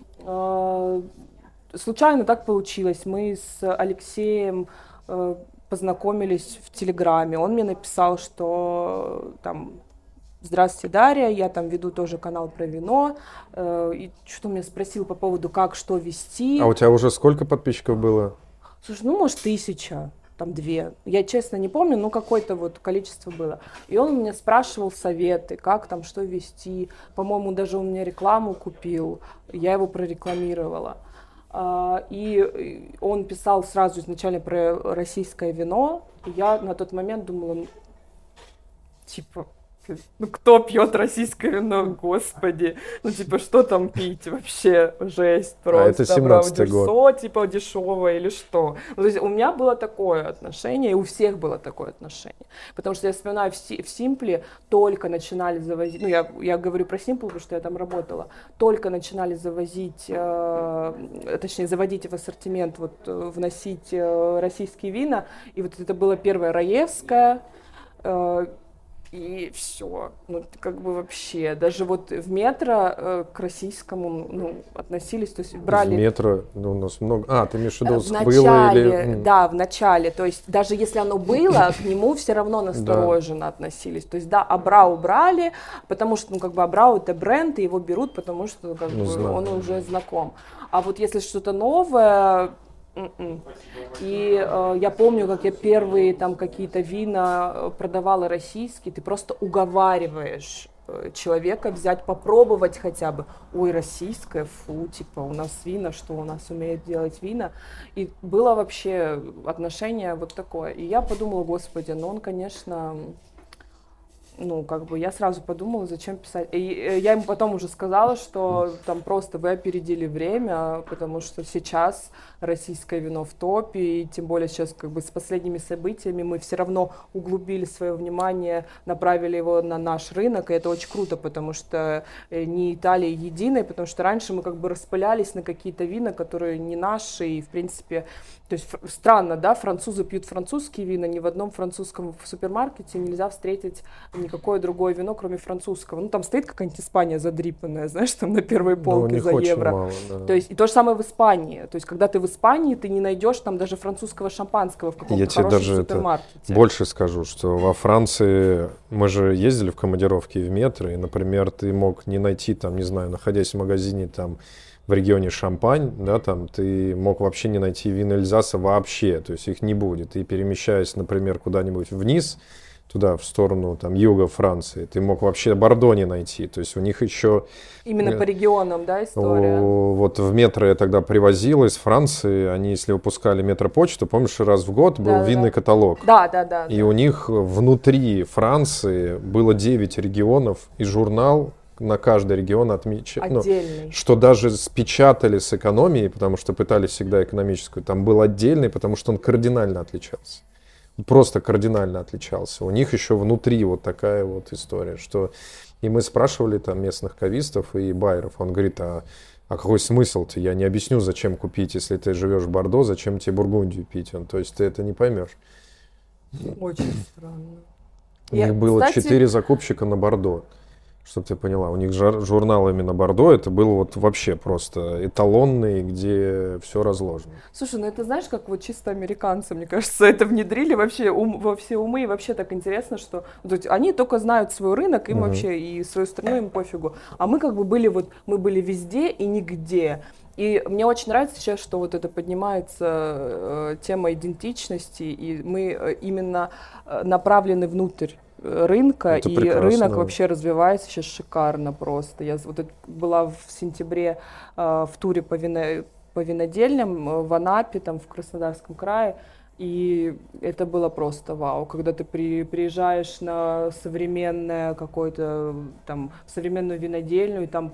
Случайно так получилось. Мы с Алексеем э, познакомились в Телеграме. Он мне написал, что там: «Здравствуйте, Дарья, я там веду тоже канал про вино». Э, и что-то меня спросил по поводу, как, что вести. А у тебя уже сколько подписчиков было? Слушай, ну, может, тысяча, там две. Я, честно, не помню, но какое-то вот количество было. И он меня спрашивал советы, как там, что вести. По-моему, даже он мне рекламу купил, я его прорекламировала. И он писал сразу изначально про российское вино. И я на тот момент думала, типа, Ну, кто пьет российское вино, господи. Ну, типа, что там пить вообще? Жесть просто. А это семнадцатый год. Типа, дешевое или что? Ну, то есть у меня было такое отношение, и у всех было такое отношение. Потому что я вспоминаю, в, Си, в Симпле только начинали завозить, ну, я, я говорю про Симпл, потому что я там работала, только начинали завозить, э, точнее, заводить в ассортимент, вот, вносить э, российские вина. И вот это было первое Раевское, э, и все, ну как бы вообще, даже вот в метро э, к российскому, ну, относились, то есть брали... В метро, ну, у нас много... А, ты имеешь в виду, в было начале, или... Да, в начале, то есть даже если оно было, к нему все равно настороженно относились. То есть да, Абрау брали, потому что, ну, как бы Абрау это бренд, и его берут, потому что как ну, бы, он уже знаком. А вот если что-то новое... И э, я помню, как я первые там какие-то вина продавала российские, ты просто уговариваешь э, человека взять, попробовать хотя бы. Ой, российское, фу, типа у нас вина, что у нас умеют делать вина. И было вообще отношение вот такое. И я подумала, господи, ну он, конечно... Ну, как бы я сразу подумала, зачем писать. И я ему потом уже сказала, что там просто вы опередили время, потому что сейчас российское вино в топе, и тем более сейчас как бы с последними событиями мы все равно углубили свое внимание, направили его на наш рынок, и это очень круто, потому что не Италия единая, потому что раньше мы как бы распылялись на какие-то вина, которые не наши, и в принципе, то есть странно, да, французы пьют французские вина, ни в одном французском супермаркете нельзя встретить никакое другое вино, кроме французского. Ну, там стоит какая-нибудь Испания задрипанная, знаешь, там на первой полке за евро. Мало, да. То есть, и то же самое в Испании. То есть, когда ты в Испании, ты не найдешь там даже французского шампанского в каком-то Я тебе хорошем даже супермаркете. Это больше скажу, что во Франции мы же ездили в командировки в метро, и, например, ты мог не найти там, не знаю, находясь в магазине там в регионе Шампань, да, там ты мог вообще не найти вина Эльзаса вообще, то есть их не будет. И перемещаясь, например, куда-нибудь вниз, туда, в сторону там, юга Франции, ты мог вообще Бордо не найти. То есть у них еще... Именно по регионам, да, история? Вот в метро я тогда привозил из Франции, они, если выпускали метропочту, помнишь, раз в год был да, винный да. каталог. Да, да, да. И да. у них внутри Франции было девять регионов, и журнал на каждый регион отмечал, ну, что даже спечатали с экономией, потому что пытались всегда экономическую, там был отдельный, потому что он кардинально отличался. Просто кардинально отличался. У них еще внутри вот такая вот история, что... И мы спрашивали там местных кавистов и байеров, он говорит, а, а какой смысл-то? Я не объясню, зачем купить, если ты живешь в Бордо, зачем тебе Бургундию пить? Он, то есть ты это не поймешь. Очень странно. У них было четыре закупщика на Бордо. Чтобы ты поняла, у них журнал именно Бордо, это был вот вообще просто эталонный, где все разложено. Слушай, ну это знаешь, как вот чисто американцы, мне кажется, это внедрили вообще ум, во все умы, и вообще так интересно, что вот, они только знают свой рынок, им uh-huh. вообще и свою страну им пофигу. А мы как бы были вот, мы были везде и нигде. И мне очень нравится сейчас, что вот это поднимается э, тема идентичности, и мы именно направлены внутрь рынка, это и прекрасно. Рынок вообще развивается сейчас шикарно просто. Я вот была в сентябре э, в туре по, вино, по винодельням э, в Анапе, там в Краснодарском крае, и это было просто вау. Когда ты при, приезжаешь на современное какое-то там современную винодельню, и там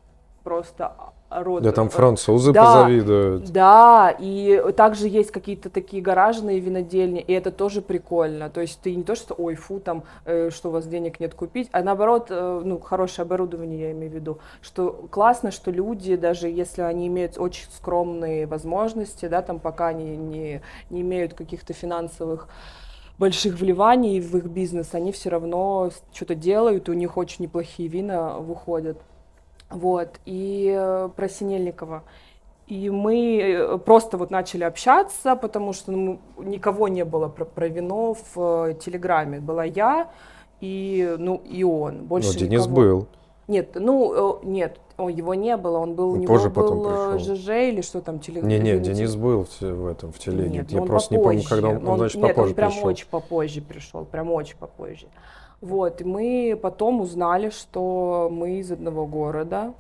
просто род. Да, там французы да, позавидуют. Да, и также есть какие-то такие гаражные винодельни, и это тоже прикольно. То есть ты не то, что ой, фу, там, э, что у вас денег нет купить, а наоборот, э, ну, хорошее оборудование, я имею в виду, что классно, что люди, даже если они имеют очень скромные возможности, да, там пока они не, не имеют каких-то финансовых больших вливаний в их бизнес, они все равно что-то делают, и у них очень неплохие вина выходят. Вот, и э, про Синельникова. И мы просто вот начали общаться, потому что ну, никого не было про, про вино в э, Телеграме. Была я и, ну, и он. Больше Но Денис никого. был. Нет, ну, э, нет, о, его не было. Он был, у него позже был ЖЖ или что там, Телеграм. Не, не, Денис был в, в этом, в телеге. Нет, я он просто попозже. не помню, когда он, он, он значит, нет, попозже он прям пришел. очень попозже пришел, прям очень попозже. Вот, и мы потом узнали, что мы из одного города.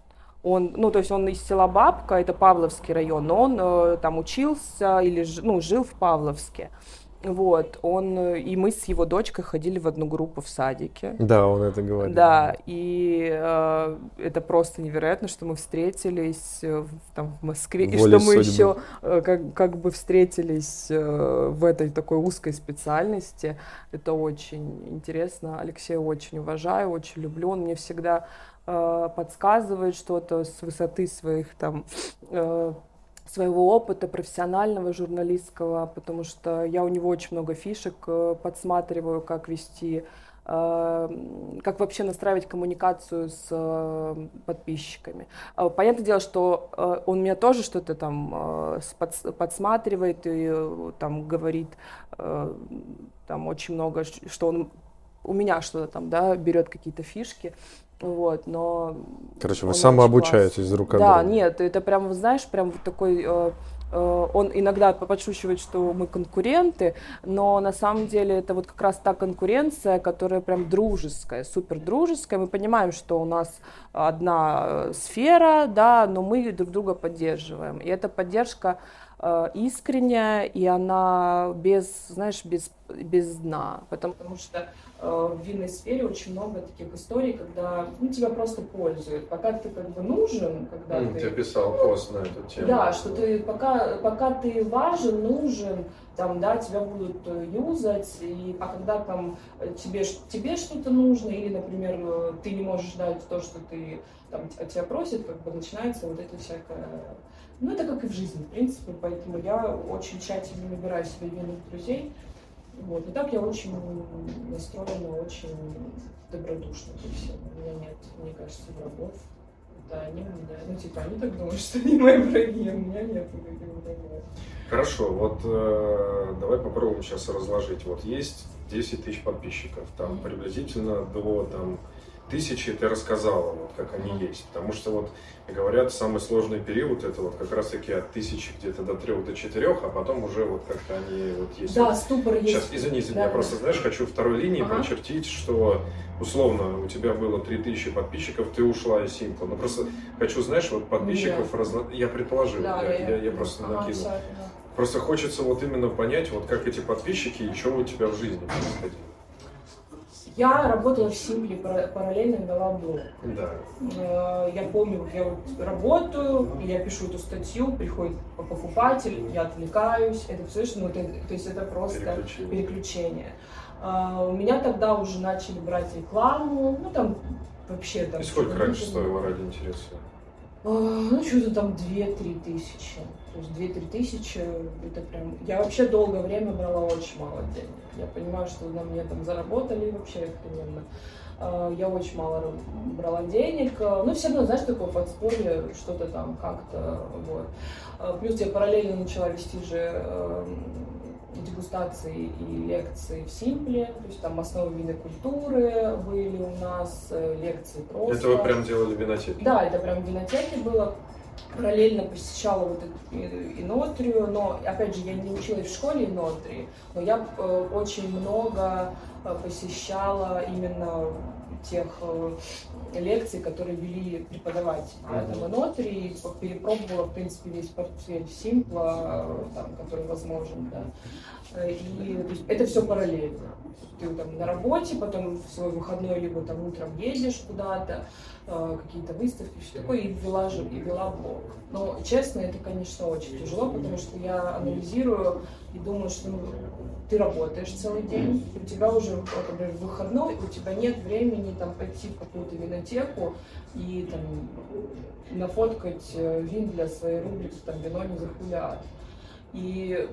Он, ну, то есть он из села Бабка, это Павловский район, но он э, там учился или ну, жил в Павловске. Вот, он, и мы с его дочкой ходили в одну группу в садике. Да, он это говорил. Да, и э, это просто невероятно, что мы встретились э, там, в Москве, Волей и что мы судьбы. еще э, как, как бы встретились э, в этой такой узкой специальности. Это очень интересно. Алексея очень уважаю, очень люблю. Он мне всегда э, подсказывает что-то с высоты своих там... Э, своего опыта профессионального, журналистского, потому что я у него очень много фишек подсматриваю, как вести, как вообще настраивать коммуникацию с подписчиками. Понятное дело, что он меня тоже что-то там подсматривает и там говорит там очень много, что он у меня что-то там, да, берет какие-то фишки. Вот, но... Короче, вы самообучаетесь друг от друга. Да, нет, это прям, знаешь, прям вот такой... Э, э, он иногда подшучивает, что мы конкуренты, но на самом деле это вот как раз та конкуренция, которая прям дружеская, супер дружеская. Мы понимаем, что у нас одна сфера, да, но мы друг друга поддерживаем. И эта поддержка э, искренняя, и она без, знаешь, без, без дна. Потому, потому что в винной сфере очень много таких историй, когда ну, тебя просто пользуют. Пока ты как бы нужен, когда mm, ты... Я писал пост на эту тему. Да, что ты пока, пока ты важен, нужен, там, да, тебя будут юзать, и, а когда там тебе, тебе что-то нужно, или, например, ты не можешь дать то, что ты, там, от тебя просят, как бы начинается вот это всякое... Ну, это как и в жизни, в принципе, поэтому я очень тщательно выбираю себе винных друзей. Вот. И так я очень настроена, очень добродушна ко всем. У меня нет, мне кажется, врагов. Да, они у меня, ну типа, они так думают, что они мои враги, у меня нет никаких врагов. Хорошо, вот э, давай попробуем сейчас разложить. Вот есть десять тысяч подписчиков, там mm-hmm. приблизительно до там, тысячи ты рассказала, вот как они mm-hmm. есть. Потому что вот говорят, самый сложный период это вот как раз таки от тысячи где-то до трех, до четырех, а потом уже вот как-то они вот есть. Да, вот... ступор есть. Сейчас, извините, да, я да. просто, знаешь, хочу второй линии ага. прочертить, что условно у тебя было три тысячи подписчиков, ты ушла из Симпла. Но просто хочу, знаешь, вот подписчиков, разно... я предположил, да, я, я, я, я просто ага, накинул. Да. Просто хочется вот именно понять, вот как эти подписчики и что у тебя в жизни происходило. Я работала в Симпле, параллельно вела блог. Да. Я помню, как я вот работаю, я пишу эту статью, приходит покупатель, я отвлекаюсь. Это, представляешь, ну, это, то есть это просто переключение. переключение. У меня тогда уже начали брать рекламу, ну там вообще там... И сколько раньше стоило ради интереса? Ну, что-то там две-три тысячи. То есть две-три тысячи, это прям... Я вообще долгое время брала очень мало денег. Я понимаю, что на мне там заработали вообще примерно. Я очень мало брала денег. Но все равно, знаешь, такое подспорье, что-то там как-то, вот. Плюс я параллельно начала вести же дегустации и лекции в Симпле, то есть там основы винной культуры были у нас, лекции просто. Это вы прям делали в винотеке? Да, это прям в винотеке было. Параллельно посещала вот эту инотрию, но, опять же, я не училась в школе инотрии, но я э, очень много э, посещала именно тех э, лекций, которые вели преподаватели. Я там инотрии перепробовала, в принципе, весь портфель Симпла, там, который возможен, да. И то есть, это все параллельно. Ты там на работе, потом в свой выходной либо там утром едешь куда-то, какие-то выставки, все такое, и вела, и вела блог. Но, честно, это, конечно, очень тяжело, потому что я анализирую и думаю, что ну, ты работаешь целый день, у тебя уже, например, выходной, у тебя нет времени там пойти в какую-то винотеку и там нафоткать вин для своей рубрики, там, вино не захулят. И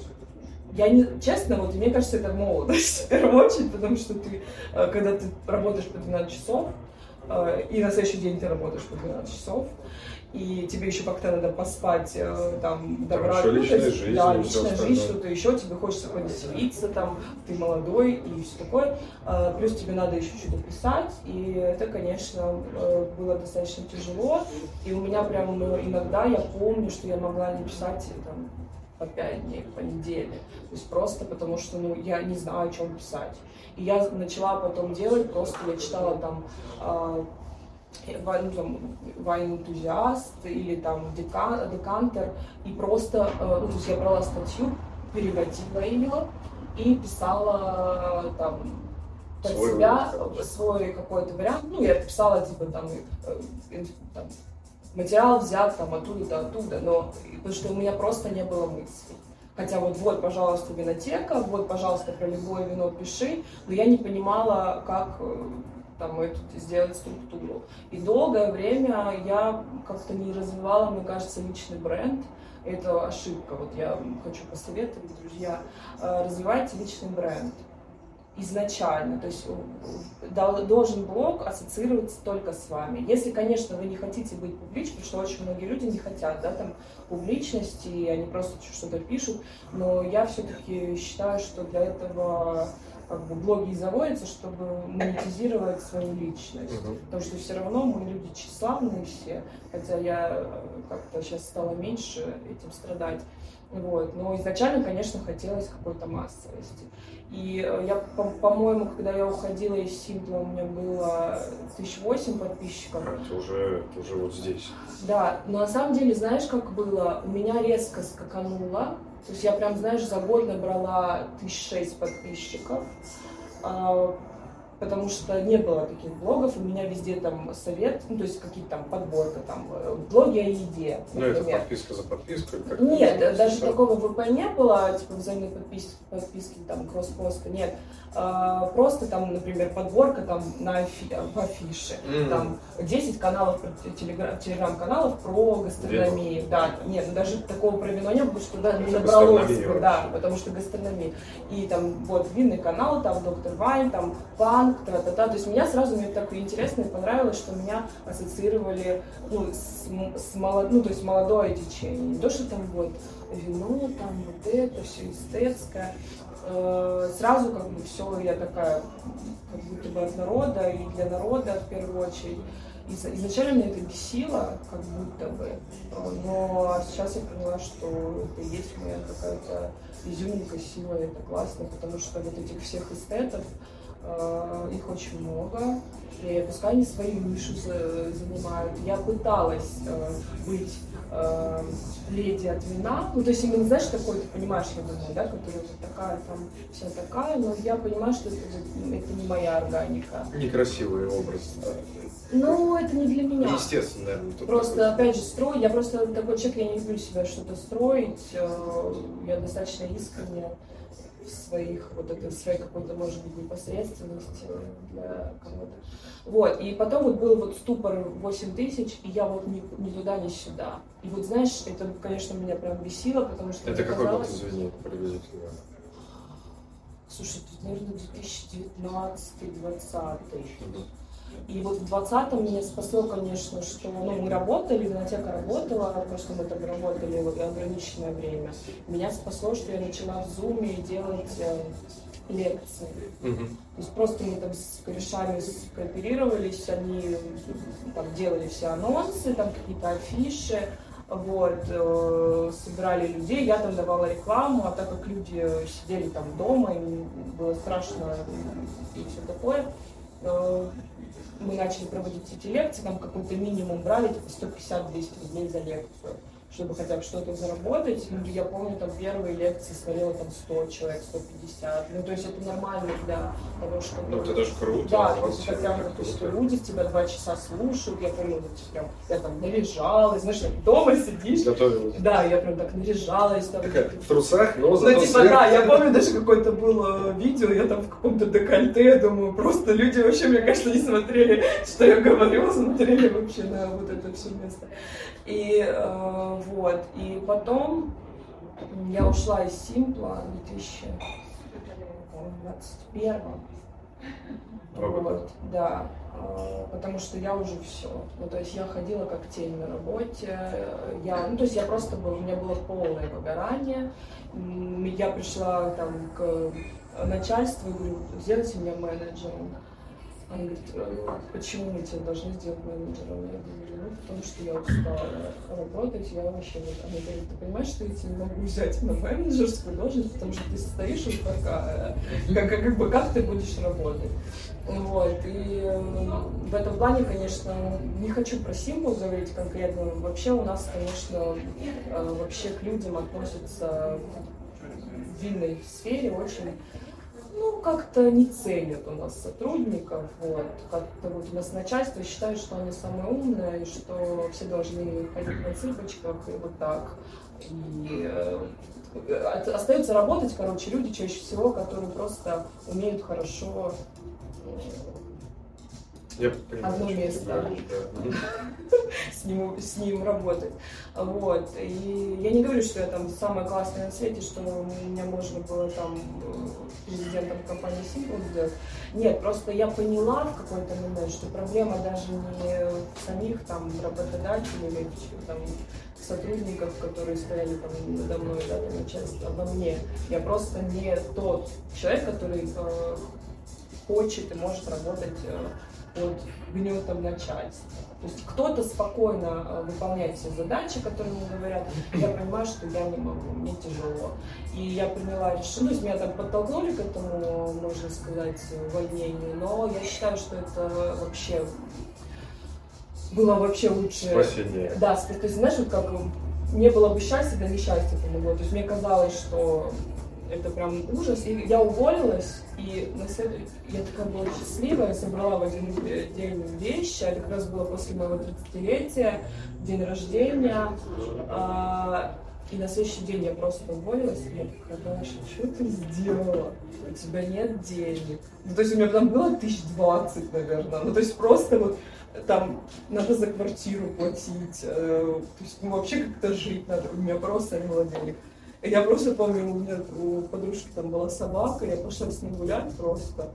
я не, честно, вот мне кажется, это молодость в первую очередь, потому что ты, когда ты работаешь по двенадцать часов, и на следующий день ты работаешь по двенадцать часов, и тебе еще как-то надо поспать, там, добрать, ну, личная есть, жизнь, да, личная жизнь, что-то еще, тебе хочется повеселиться, там, ты молодой и все такое, плюс тебе надо еще что-то писать, и это, конечно, было достаточно тяжело, и у меня прям иногда, я помню, что я могла не писать, там, по пять дней, по неделе. То есть просто потому, что ну, я не знаю, о чем писать. И я начала потом делать, просто я читала там, э, ну, там вайн-энтузиаст или там декантер, и просто, э, ну, то есть я брала статью, переводила ее, и писала там под свой себя вариант. свой какой-то вариант. Ну, я писала, типа, там, там материал взят там оттуда-то, оттуда, но потому что у меня просто не было мыслей. Хотя вот, вот, пожалуйста, винотека, вот, пожалуйста, про любое вино пиши, но я не понимала, как там эту сделать структуру. И долгое время я как-то не развивала, мне кажется, личный бренд. Это ошибка. Вот я хочу посоветовать, друзья, развивайте личный бренд изначально. То есть должен блог ассоциироваться только с вами. Если, конечно, вы не хотите быть публичным, потому что очень многие люди не хотят, да, там, публичности, и они просто что-то пишут, но я все-таки считаю, что для этого как бы блоги и заводятся, чтобы монетизировать свою личность. Uh-huh. Потому что все равно мы люди тщеславные все, хотя я как-то сейчас стала меньше этим страдать. Вот. Но изначально, конечно, хотелось какой-то массовости. И я, по- по-моему, когда я уходила из Симпла, у меня было тысяча восемь подписчиков. Это уже, это уже вот здесь. Да, но на самом деле, знаешь, как было? У меня резко скакануло. То есть я прям, знаешь, за год набрала тысяч шесть подписчиков, потому что не было таких блогов, у меня везде там совет, ну, то есть какие-то там подборка, там, блоги о еде, например. Ну, это подписка за подпиской? Как нет, даже все? Такого ВП не было, типа взаимной подписки, подписки там, кросс-поста, нет. А, просто там, например, подборка там на афи, в афише, mm. там десять каналов, телеграм, телеграм-каналов про гастрономию, вино. Да, нет, ну, даже такого про вино не было, потому что туда не набралось, да, потому что гастрономия. И там вот винный канал, там доктор Вайн, там панк, тра-та-та, то есть меня сразу, мне так интересно и понравилось, что меня ассоциировали, ну, с, с молод, ну, то есть молодое течение, не то, что там вот вино, там вот это, все эстетское. Сразу как бы все, я такая, как будто бы от народа и для народа в первую очередь. И изначально меня это бесило, как будто бы, но сейчас я поняла, что это и есть моя какая-то изюминка, сила, это классно, потому что вот этих всех эстетов, их очень много, и пускай они свою нишу занимают. Я пыталась быть э, леди от вина, ну то есть именно, знаешь, такой, ты понимаешь, я думаю, да, которая вот такая там, вся такая, но я понимаю, что это, это не моя органика. Некрасивый образ, да. Ну, это не для меня. Естественно, наверное. Просто, такой... опять же, строй, я просто такой человек, я не люблю себя что-то строить, я достаточно искренне в своих, вот это, своей какой-то, может быть, непосредственности для кого-то. Вот, и потом вот был вот ступор восемь тысяч, и я вот ни, ни туда, ни сюда. И вот, знаешь, это, конечно, меня прям бесило, потому что... Это какой казалось... год, извини, приблизительно? Слушай, тут, наверное, две тысячи девятнадцатый двадцатый. Uh-huh. И вот в двадцатом меня спасло, конечно, что ну, мы работали, винотека работала, просто мы там работали вот, ограниченное время. Меня спасло, что я начала в Zoom делать э, лекции. Uh-huh. То есть просто мы там с корешами скооперировались, они там делали все анонсы, там какие-то афиши, вот, э, собирали людей, я там давала рекламу, а так как люди сидели там дома, им было страшно и все такое, э, мы начали проводить эти лекции, там какой-то минимум брали, типа сто пятьдесят - двести рублей за лекцию, чтобы хотя бы что-то заработать. Ну, я помню, там первые лекции смотрело там сто человек, сто пятьдесят. Ну, то есть это нормально для того, чтобы... Ну, это даже круто. Да, то есть это прям, то, что люди тебя два часа слушают. Я помню, вот, прям, я там наряжалась, знаешь, дома сидишь. Готовилась. Да, я прям так наряжалась. Там, Такая, в трусах, но зато ну, типа, да, я помню, даже какое-то было видео, я там в каком-то декольте, я думаю, просто люди вообще, мне кажется, не смотрели, что я говорю, смотрели вообще на вот это все место. И э, вот, и потом я ушла из Симпла в две тысячи двадцать первом. Вот, да, э, потому что я уже все. Ну, то есть я ходила как тень на работе. Я, ну, то есть я просто была, у меня было полное выгорание. Я пришла там к начальству и говорю, сделайте меня менеджером. Она говорит, почему мы тебя должны сделать менеджером? Я говорю, ну, потому что я устала работать, я вообще... Она говорит, ты понимаешь, что я тебя не могу взять на менеджерскую должность, потому что ты состоишь уже пока, как, как, как бы, как ты будешь работать? Вот, и в этом плане, конечно, не хочу про Симпл говорить конкретно, вообще у нас, конечно, вообще к людям относятся в винной сфере очень, ну, как-то не ценят у нас сотрудников, вот, как-то вот у нас начальство считает, что они самые умные, и что все должны ходить на цыпочках и вот так. И э, остаются работать, короче, люди чаще всего, которые просто умеют хорошо Я понимаю, одно место да. с ним, с ним работать. Вот. И я не говорю, что я там самая классная на свете, что меня можно было там президентом компании Simple сделать. Нет, просто я поняла в какой-то момент, что проблема даже не в самих там работодателей или там сотрудников, которые стояли там надо мной, да, там начальство, во мне. Я просто не тот человек, который э, хочет и может работать э, под гнетом начальства. То есть кто-то спокойно э, выполняет все задачи, которые мне говорят, я понимаю, что я не могу, мне тяжело. И я приняла решение, то есть меня там подтолкнули к этому, можно сказать, увольнению, но я считаю, что это вообще было вообще лучше. Спасение. Да, то есть, знаешь, вот как не было бы счастья, да несчастье помогло. То есть мне казалось, что это прям ужас. И я уволилась, и на след... я такая была счастливая, собрала в один день вещи. Это как раз было после моего тридцатилетия, день рождения. И на следующий день я просто уволилась, и я такая, Даша, что ты сделала? У тебя нет денег. Ну, то есть у меня там было тысяч двадцать, наверное. Ну, то есть просто вот там надо за квартиру платить, э, то есть ну, вообще как-то жить надо, у меня просто не было денег. И я просто помню, у меня у подружки там была собака, я пошла с ней гулять просто.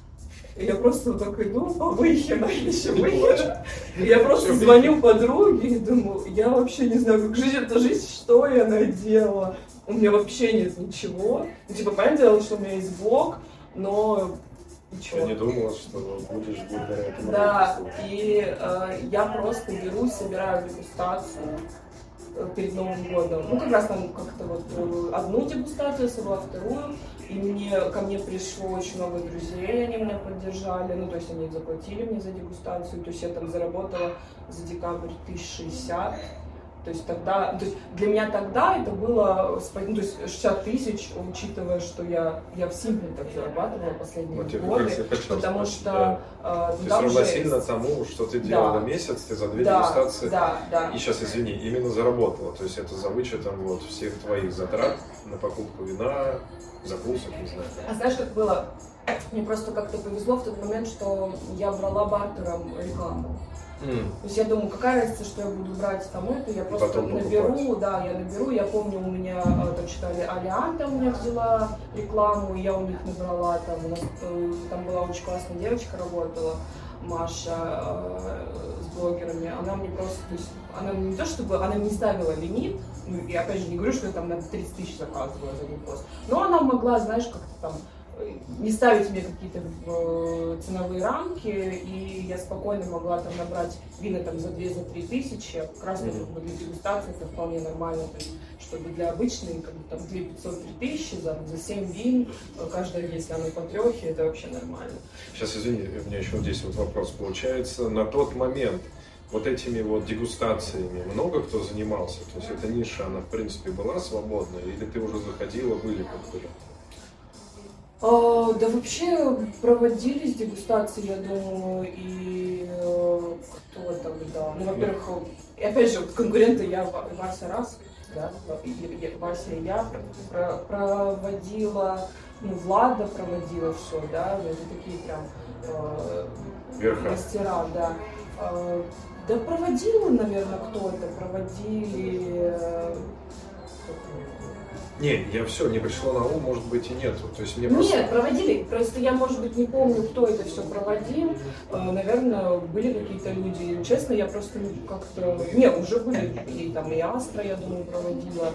И я просто вот так иду по Выхину, еще Выхину. И я просто звоню подруге и думаю, я вообще не знаю, как жить эту жизнь, что я наделала. У меня вообще нет ничего. Ну, типа, понятное дело, что у меня есть блог, но ничего. Я не думала, что будешь благодаря этому. Да, и э, я просто беру, собираю дегустацию перед Новым годом. Ну, как раз там как-то вот одну дегустацию собрала, вторую. И мне, ко мне пришло очень много друзей, они меня поддержали. Ну, то есть они заплатили мне за дегустацию. То есть я там заработала за декабрь тысяча шестьдесят. То есть тогда, то есть для меня тогда это было, ну, то есть шестьдесят тысяч, учитывая, что я, я в Симпле так зарабатывала последние ну, годы, потому что да. э, то есть равносильно уже... тому, что ты делала да. месяц, ты за две да, дегустации, да, да. и сейчас, извини, именно заработала, то есть это за вычетом вот всех твоих затрат на покупку вина, закусок, не знаю. А знаешь, как было? Мне просто как-то повезло в тот момент, что я брала бартером рекламу. Mm. То есть я думаю, какая разница, что я буду брать там это, я просто Потом наберу, покупать. да, я наберу, я помню, у меня, там читали, Алианта у меня взяла рекламу, и я у них набрала, там, у нас, там была очень классная девочка, работала, Маша, э, с блогерами, она мне просто, то есть, она не то чтобы, она не ставила лимит, ну, и опять же не говорю, что я там на тридцать тысяч заказывала за один пост, но она могла, знаешь, как-то там, не ставить мне какие-то э, ценовые рамки, и я спокойно могла там набрать вина там за две, за три тысячи, как раз mm-hmm. как бы для дегустации это вполне нормально, то есть, чтобы для обычной как бы там две пятьсот, три тысячи за, за семь вин, каждая, если она по трехе, это вообще нормально. Сейчас, извини, у меня еще вот здесь вот вопрос получается, на тот момент вот этими вот дегустациями много кто занимался, то есть эта ниша, она в принципе была свободная, или ты уже заходила, были конкуренты? А, да вообще проводились дегустации, я думаю, и э, кто там, да. Ну, во-первых, и опять же, конкуренты я, Вася раз, да, Вася и я про, проводила, ну, Влада проводила все, да, это такие прям э, мастера, да. Э, да проводила, наверное, кто-то, проводили... Э, Нет, я все, не пришло на ум, может быть и нету. То есть мне Нет, просто... проводили. Просто я, может быть, не помню, кто это все проводил. Наверное, были какие-то люди. Честно, я просто как-то... Не, уже были и там и Астра, я думаю, проводила.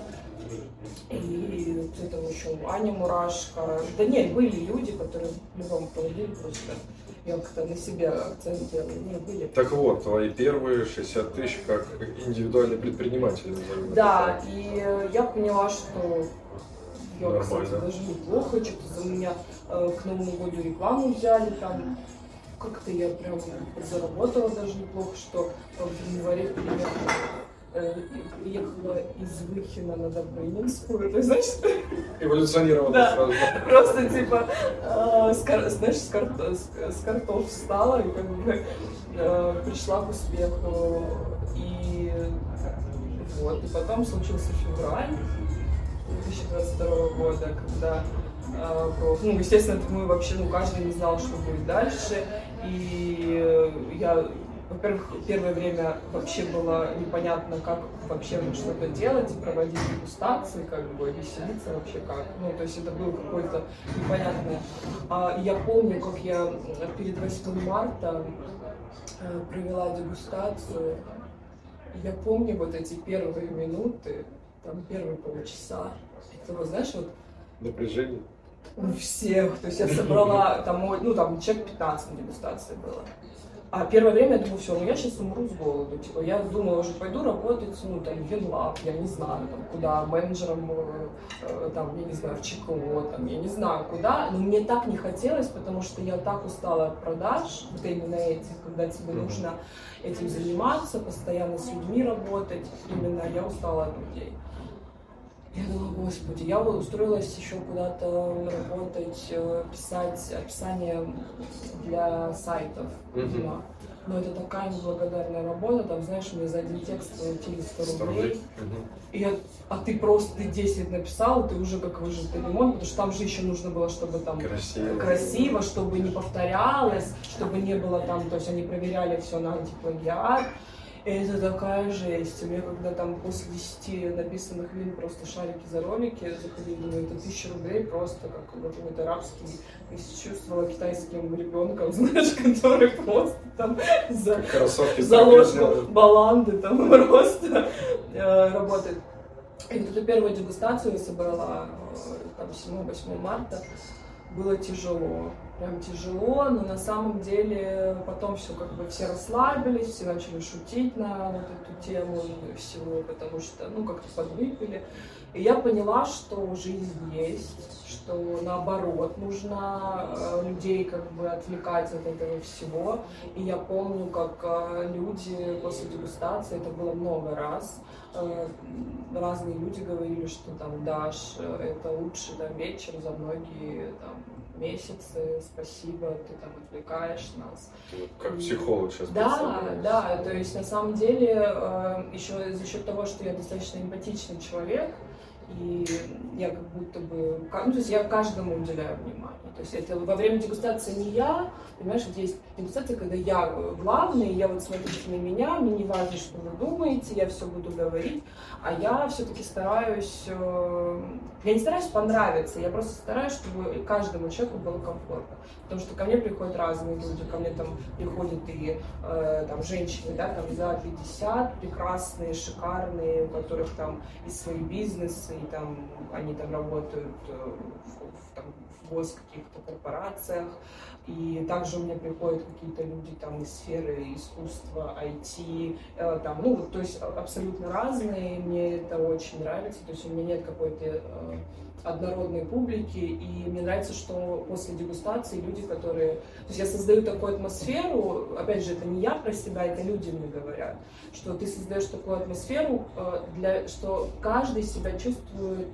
И кто там еще? Аня Мурашко. Да нет, были люди, которые любому проводили просто. Я как-то на себя акцент делала. Не, были. Так вот, твои первые шестьдесят тысяч как индивидуальный предприниматель. Назовем да, и я поняла, что я, Нормально. кстати, даже неплохо, что-то за меня э, к Новому году рекламу взяли, там как-то я прям заработала даже неплохо, что в январе примерно приехала из Выхина на Добрынинскую, то есть, знаешь, эволюционировала да, сразу. Просто типа, э, с, знаешь, с, карт, с, с картов встала и как бы э, пришла к успеху. И вот, и потом случился февраль две тысячи двадцать второго года, когда, э, ну, естественно, мы вообще, ну, каждый не знал, что будет дальше, и я... Во-первых, первое время вообще было непонятно, как вообще что-то делать, проводить дегустации, как бы веселиться вообще как. Ну, то есть это было какое-то непонятное. А я помню, как я перед восьмым марта провела дегустацию. Я помню вот эти первые минуты, там первые полчаса. Это, вот, знаешь, вот... Напряжение? У всех. То есть я собрала, там, ну, там человек пятнадцать на дегустации было. А первое время я думала, все, ну я сейчас умру с голоду. Типа, я думала, уже пойду работать, ну, там, в Винлаб, я не знаю, там, куда, менеджером, э, там, я не знаю, в ЧКО, там, я не знаю, куда. Но мне так не хотелось, потому что я так устала от продаж, вот именно этих, когда тебе нужно этим заниматься, постоянно с людьми работать. Именно я устала от людей. Я думала, господи, я устроилась еще куда-то работать, писать описание для сайтов. Mm-hmm. Но это такая неблагодарная работа, там, знаешь, мне за один текст платили сто рублей. Mm-hmm. И я, а ты просто ты десять написал, ты уже как выжатый лимон, потому что там же еще нужно было, чтобы там красиво, красиво чтобы не повторялось, чтобы не было там, то есть они проверяли все на антиплагиат. И это такая жесть. У меня когда там после десяти написанных вин просто шарики за ролики заходили, думаю, это тысяча рублей просто как какой-то арабский. Я чувствовала китайским ребенком, знаешь, который просто там за, за ложку баланды там просто э, работает. И вот эту первую дегустацию я собрала там седьмого-восьмого марта. Было тяжело, прям тяжело, но на самом деле потом все как бы все расслабились, все начали шутить на вот эту тему всего, потому что, ну, как-то подвыпили. И я поняла, что жизнь есть, что наоборот нужно э, людей как бы отвлекать от этого всего. И я помню, как э, люди после дегустации, это было много раз, э, разные люди говорили, что там, Даш, это лучший там вечер за многие там месяцы, спасибо, ты там отвлекаешь нас. Как психолог сейчас. Да, да, то есть на самом деле э, еще за счет того, что я достаточно эмпатичный человек, и я как будто бы, ну, то есть я каждому уделяю внимание. То есть это во время дегустации не я, понимаешь, вот есть дегустация, когда я главный, я вот смотрите на меня, мне не важно, что вы думаете, я все буду говорить, а я все-таки стараюсь, я не стараюсь понравиться, я просто стараюсь, чтобы каждому человеку было комфортно. Потому что ко мне приходят разные люди, ко мне там приходят и э, там, женщины, да, там за пятьдесят, прекрасные, шикарные, у которых там и свои бизнесы, и там они там работают э, в, там, в гос каких-то корпорациях. И также у меня приходят какие-то люди там из сферы искусства, ай ти, э, там, ну, вот, то есть абсолютно разные, мне это очень нравится, то есть у меня нет какой-то э, однородной публики, и мне нравится, что после дегустации люди, которые... То есть я создаю такую атмосферу, опять же, это не я про себя, это люди мне говорят, что ты создаешь такую атмосферу, для, что каждый себя чувствует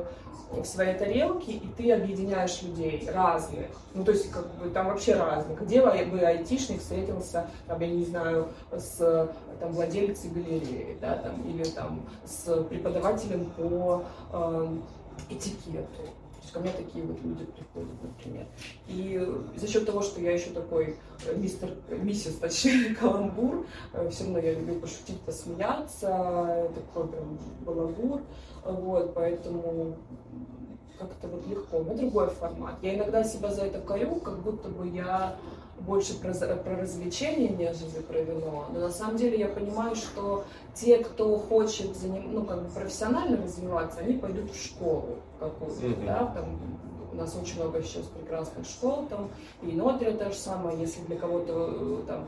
в своей тарелке, и ты объединяешь людей разных. Ну, то есть, как бы, там вообще разных. Где бы айтишник встретился, там, я не знаю, с там, владельцей галереи, да, там, или там, с преподавателем по э, этикету. То есть ко мне такие вот люди приходят, например. И за счет того, что я еще такой мистер, миссис, точнее, каламбур, все равно я люблю пошутить, посмеяться, такой прям балагур, вот, поэтому как-то вот легко. У меня другой формат. Я иногда себя за это корю, как будто бы я больше про, про развлечения, нежели про вино. Но на самом деле я понимаю, что те, кто хочет заним... ну, как бы профессионально развиваться, они пойдут в школу какую-то, mm-hmm. да, там у нас очень много сейчас прекрасных школ, там, и Нотрия та же самая, если для кого-то там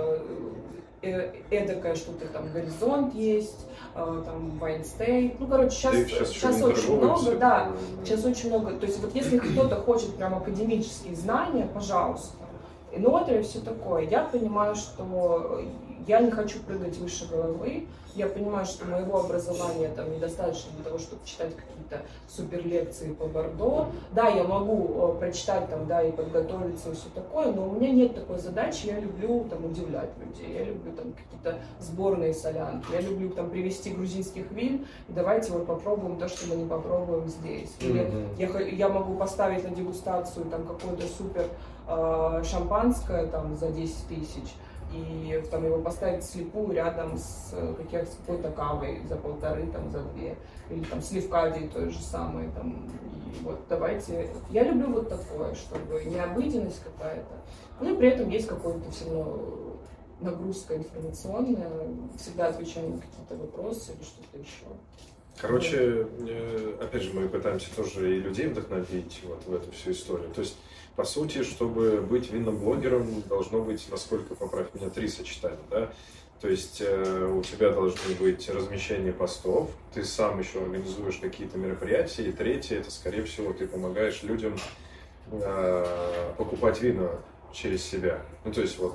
э, эдакое что-то там, Горизонт есть, э, там, Вайнстейн, ну, короче, сейчас, сейчас, сейчас очень много, да, сейчас очень много, то есть вот если кто-то хочет прям академические знания, пожалуйста, ноты и все такое. Я понимаю, что я не хочу прыгать выше головы. Я понимаю, что моего образования там недостаточно для того, чтобы читать какие-то супер лекции по Бордо. Да, я могу прочитать там, да, и подготовиться и все такое, но у меня нет такой задачи. Я люблю там удивлять людей, я люблю там какие-то сборные солянки, я люблю там привезти грузинских вин, и давайте вот попробуем то, что мы не попробуем здесь. Или mm-hmm. я, я могу поставить на дегустацию там какое-то супер э, шампанское там за десять тысяч, и там его поставить слепую рядом с, каких, с какой-то кавой за полторы, там, за две, или там с Левкадией той же самой, там, и вот давайте, я люблю вот такое, чтобы не обыденность какая-то, но при этом есть какой-то все равно нагрузка информационная, всегда отвечаю на какие-то вопросы или что-то еще. Короче, опять же, мы пытаемся тоже и людей вдохновить вот в эту всю историю, то есть по сути, чтобы быть винным блогером, должно быть, насколько, поправь меня, три сочетания, да? То есть э, у тебя должны быть размещение постов, ты сам еще организуешь какие-то мероприятия, и третье, это, скорее всего, ты помогаешь людям э, покупать вина через себя. Ну, то есть вот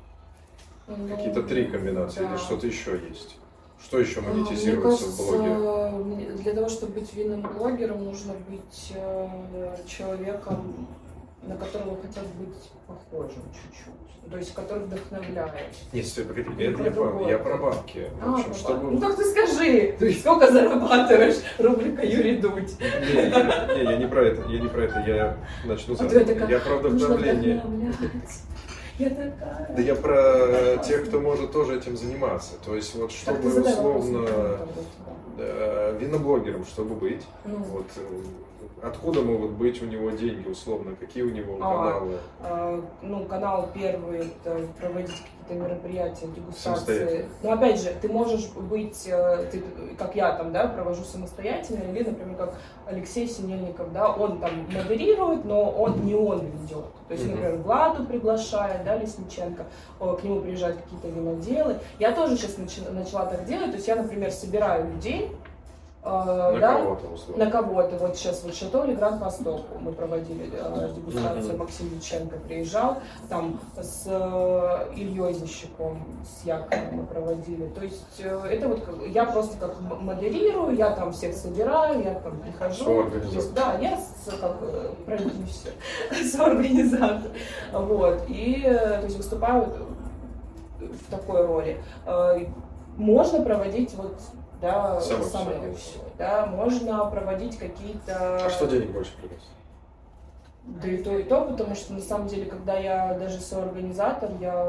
ну, какие-то три комбинации, да. Или что-то еще есть. Что еще монетизируется кажется, в блоге? Для того, чтобы быть винным блогером, нужно быть э, человеком, на которого хотят быть похожим чуть-чуть, то есть который вдохновляет. Нет, стой, погоди, я, я, про, я про бабки. А, в общем, чтобы... Ну так ты скажи, ты сколько зарабатываешь, рубрика Юрий Дудь. Не, не, не, я не про это, я не про это, я начну с этого. Я про вдохновление. Я такая. Да я про тех, кто может тоже этим заниматься. То есть вот чтобы условно э, виноблогером, чтобы быть, mm. вот откуда могут быть у него деньги, условно, какие у него а, каналы? А, ну, канал первый, это проводить какие-то мероприятия, дегустации. Но опять же, ты можешь быть, ты, как я там, да, провожу самостоятельно, или, например, как Алексей Синельников, да, он там модерирует, но он не он ведет. То есть, например, Владу приглашает, да, Лесниченко, к нему приезжают какие-то виноделы. Я тоже сейчас начала так делать, то есть я, например, собираю людей, На да? кого-то, условно. На кого-то. Вот сейчас вот Шато или Гранд Востоку мы проводили э, дегустацию, mm-hmm. Максим Личенко приезжал, там с э, Ильей Зищуком, с Яковом мы проводили. То есть э, это вот я просто как модерирую, я там всех собираю, я там прихожу. Есть, да, я с, как продюсер, соорганизатор. Вот. И то есть выступаю в такой роли. Э, можно проводить вот да, самое все, да, можно проводить какие-то... А что денег больше приносит? Да и то, и то, потому что на самом деле, когда я даже соорганизатор, я,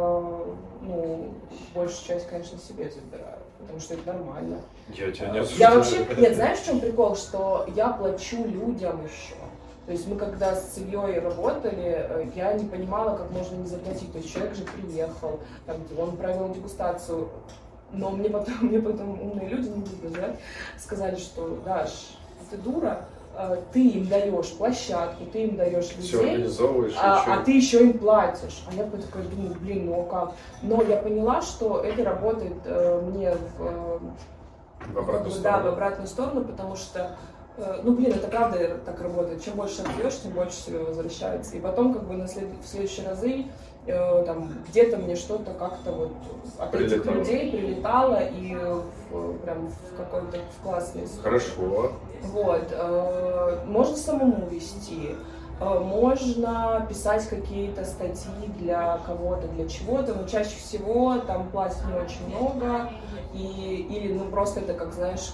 ну, большую часть, конечно, себе забираю, потому что это нормально. Я тебя не осуждаю. Я вообще, нет, знаешь, в чем прикол, что я плачу людям еще. То есть мы когда с Ильей работали, я не понимала, как можно не заплатить. То есть человек же приехал, там, он провел дегустацию. Но мне потом, мне потом умные люди, не буду называть, сказали, что Даш, ты дура, ты им даешь площадку, ты им даешь людей, все организовываешь, а, а ты еще им платишь. А я такая думаю, блин, ну а как? Но я поняла, что это работает э, мне в, в, обратную в, да, в обратную сторону, потому что э, ну блин, это правда так работает. Чем больше отдаешь, тем больше себе возвращается. И потом как бы на след... в следующие разы там где-то мне что-то как-то вот от прилетало. Этих людей прилетало и в, прям в какой-то в классный случай. Хорошо. Вот. Э, можно самому вести, э, можно писать какие-то статьи для кого-то, для чего-то, но чаще всего там платят не очень много, и, или ну просто это, как знаешь,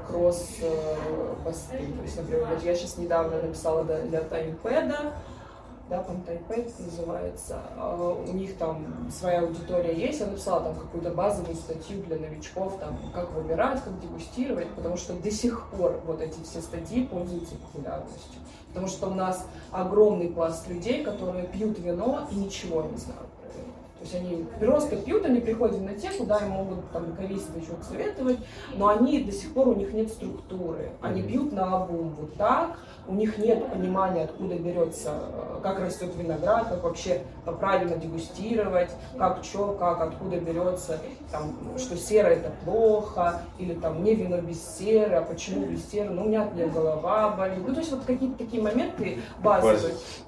кросс-посты. То есть, например, вот я сейчас недавно написала для Таймпэда, да, там Тайпэд называется, у них там своя аудитория есть, я написала там какую-то базовую статью для новичков, там, как выбирать, как дегустировать, потому что до сих пор вот эти все статьи пользуются популярностью, потому что у нас огромный пласт людей, которые пьют вино и ничего не знают про вино. То есть они просто пьют, они приходят на те, куда им могут там количество чего советовать, но они до сих пор, у них нет структуры, они пьют наобум вот так, у них нет понимания, откуда берется, как растет виноград, как вообще правильно дегустировать, как что, как, откуда берется, там, что серо это плохо, или там мне вино без серы, а почему без серы, ну у меня от нее голова болит. Ну то есть вот какие-то такие моменты базовые.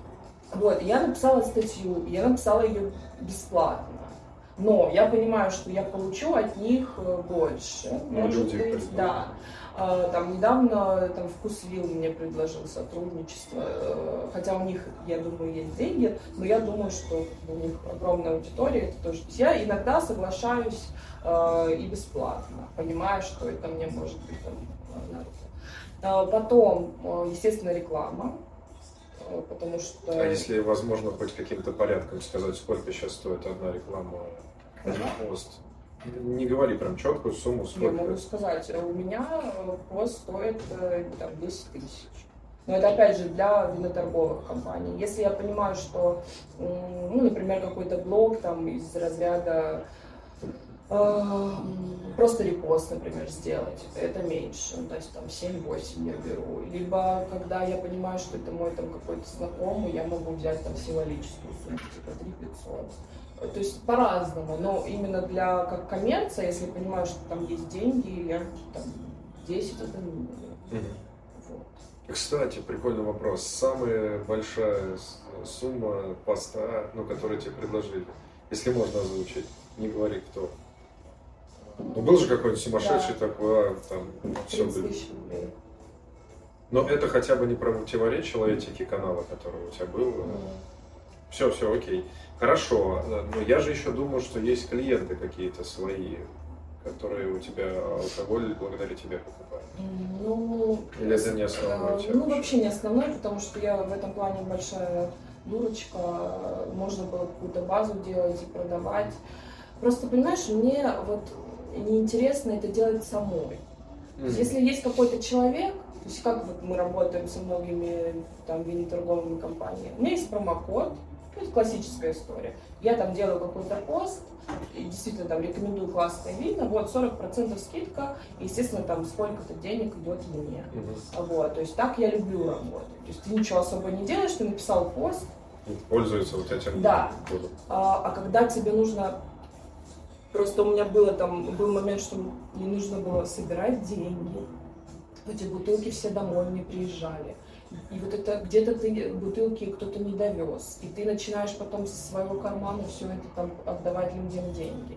Вот, я написала статью, я написала ее бесплатно. Но я понимаю, что я получу от них больше. Ну, может люди быть, да. Там недавно там, Вкусвилл мне предложил сотрудничество, хотя у них, я думаю, есть деньги, но я думаю, что у них огромная аудитория, это тоже. Я иногда соглашаюсь э, и бесплатно, понимая, что это мне может быть там, на руку. Потом, естественно, реклама, потому что... А если возможно хоть каким-то порядком сказать, сколько сейчас стоит одна реклама, один пост? Не говори прям четкую сумму, сколько. Я могу сказать, у меня пост стоит там, десять тысяч. Но это опять же для виноторговых компаний. Если я понимаю, что, ну, например, какой-то блог там из разряда э, просто репост, например, сделать, это меньше, ну, то есть там семь-восемь я беру. Либо когда я понимаю, что это мой там какой-то знакомый, я могу взять там символическую сумму, типа три пятьсот. То есть по-разному, но именно для как коммерция, если я понимаю, что там есть деньги, я там десять это минимум. Угу. Вот. Кстати, прикольный вопрос. Самая большая сумма поста, ну, которую тебе предложили, если можно озвучить, не говори кто. Ну, был же какой-нибудь сумасшедший да. такой, а, там, все было. Но это хотя бы не противоречило этике канала, который у тебя был. Mm. Все, все, окей. Хорошо, но я же еще думаю, что есть клиенты какие-то свои, которые у тебя алкоголь благодаря тебе покупают. Ну, или это не основной у тебя? Ну, вообще не основной, потому что я в этом плане большая дурочка. Можно было какую-то базу делать и продавать. Просто, понимаешь, мне вот неинтересно это делать самой. Mm-hmm. То есть, если есть какой-то человек, то есть как вот мы работаем со многими там виноторговыми компаниями, у меня есть промокод. Это классическая история. Я там делаю какой-то пост, и действительно там рекомендую классные вина, вот сорок процентов скидка, и, естественно, там сколько-то денег идет мне. Uh-huh. Вот, то есть так я люблю работать. То есть ты ничего особо не делаешь, ты написал пост. Пользуется вот этим. Да. А, а когда тебе нужно... Просто у меня было там, был момент, что мне нужно было собирать деньги. Эти бутылки все домой мне приезжали. И вот это где-то ты бутылки кто-то не довез, и ты начинаешь потом со своего кармана все это там отдавать людям деньги.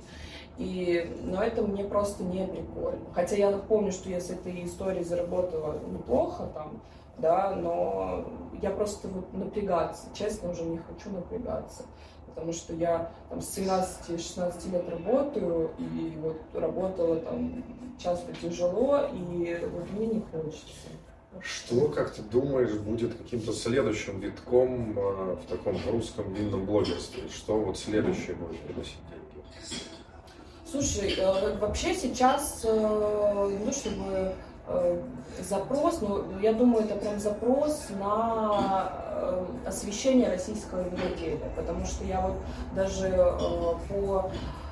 И, но это мне просто не прикольно. Хотя я помню, что я с этой историей заработала неплохо там, да, но я просто вот напрягаться, честно, уже не хочу напрягаться. Потому что я там с семнадцати-шестнадцати лет работаю, и вот работала там часто тяжело, и вот мне не хочется. Что, как ты думаешь, будет каким-то следующим витком э, в таком русском винном блогерстве? Что вот следующее будет приносить деньги? Слушай, э, вообще сейчас э, не то чтобы э, запрос, но я думаю, это прям запрос на э, освещение российского виноделия, потому что я вот даже э, по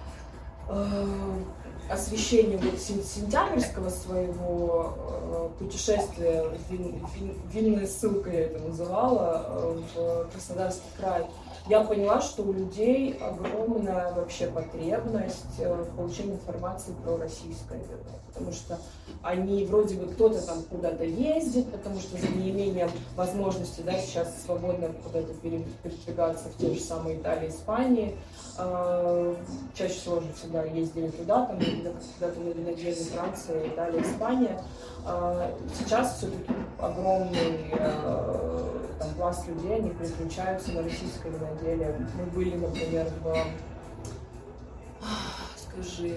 э, освещению вот сентябрьского своего э, путешествия, вин, вин, винная ссылка я это называла, э, в Краснодарский край, я поняла, что у людей огромная вообще потребность в получении информации про российское вино, потому что они вроде бы кто-то там куда-то ездит, потому что за неимением возможности, да, сейчас свободно куда-то передвигаться в те же самые Италии, Испании, э, чаще всего же всегда ездили туда, там когда-то на винодельне Франция, Италия, Испания. Э, сейчас все-таки огромный э, там, пласт людей, они переключаются на российское виноделие. Мы были, например, в... Скажи...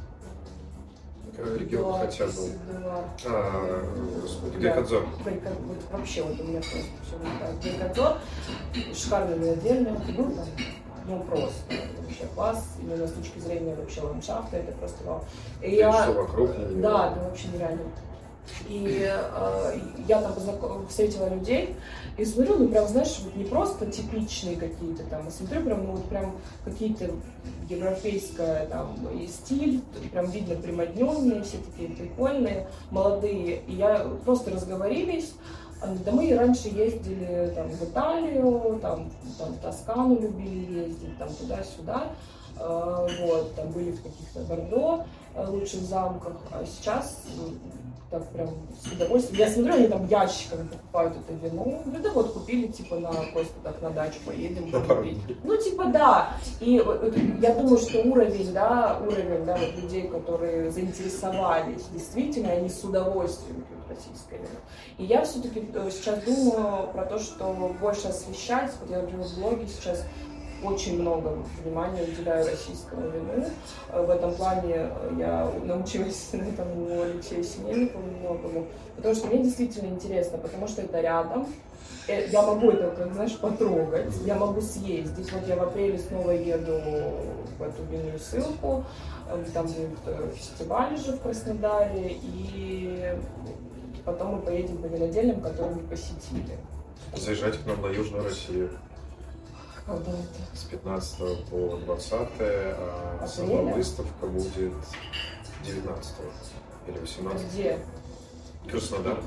Регион да, хотя бы. Да. А, господи, Гайкадзор. Да, вот вообще вот у меня просто все летает. Гайкадзор, шикарный винодельня, ну там, ну просто вообще класс, именно с точки зрения вообще ландшафта, это просто вау. И я... я... Что вокруг? Да, это вообще нереально. И э, я там познаком... встретила людей и смотрю, ну прям, знаешь, вот не просто типичные какие-то там, а смотрю прям, ну вот прям какие-то европейская там и стиль, прям видно примодненные, все такие прикольные, молодые. И я просто разговорились. Да мы раньше ездили там в Италию, там, там в Тоскану любили ездить, там туда-сюда. вот, там были в каких-то Бордо лучших замках, а сейчас так прям с удовольствием. Я смотрю, они там ящиками покупают это вино. Ну да вот купили, типа, на просто так на дачу поедем купить. Ну типа да. И я думаю, что уровень, да, уровень, да, вот людей, которые заинтересовались, действительно, они с удовольствием пьют российское вино. И я все-таки сейчас думаю про то, что больше освещать. Вот я, например, в блоге сейчас очень много внимания уделяю российскому вину. В этом плане я научилась этому у Алексея Семенникова многому, потому что мне действительно интересно, потому что это рядом. Я могу это, как знаешь, потрогать, я могу съездить. Вот я в апреле снова еду в эту винную ссылку, там будет фестиваль же в Краснодаре, и потом мы поедем по винодельням, которые мы посетили. Заезжайте к нам на Южную Россию. Когда это? С пятнадцатого по двадцатое, а Апреля? сама выставка будет девятнадцатого или восемнадцатого. Где? Краснодар.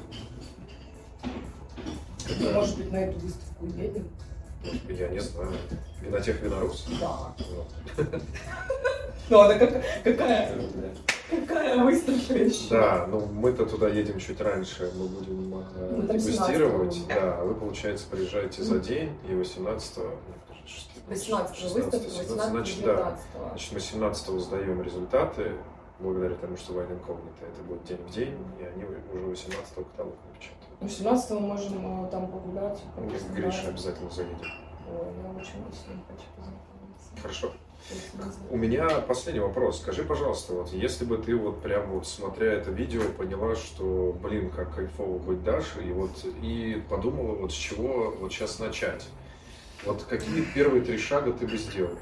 Это... Может быть, на эту выставку едем? Я не знаю. Винотех Винорус? Да. Вот. Ну, она как, какая? Какая выставка еще? Да, ну мы-то туда едем чуть раньше, мы будем э, дегустировать. Да, вы, получается, приезжаете за день, и восемнадцатого... восемнадцатого выставка, восемнадцатого, значит, да. Значит, мы семнадцатого сдаем результаты, благодаря тому, что Wine Incognito это будет день в день, и они уже восемнадцатого каталог напечатают. восемнадцатого можем там погулять. С Гришей обязательно заедем. Ой, я очень сильно хочу познакомиться. Хорошо. У меня последний вопрос. Скажи, пожалуйста, вот если бы ты вот прям вот смотря это видео поняла, что, блин, как кайфово быть Дашей, и вот и подумала, вот с чего вот сейчас начать. Вот какие первые три шага ты бы сделала?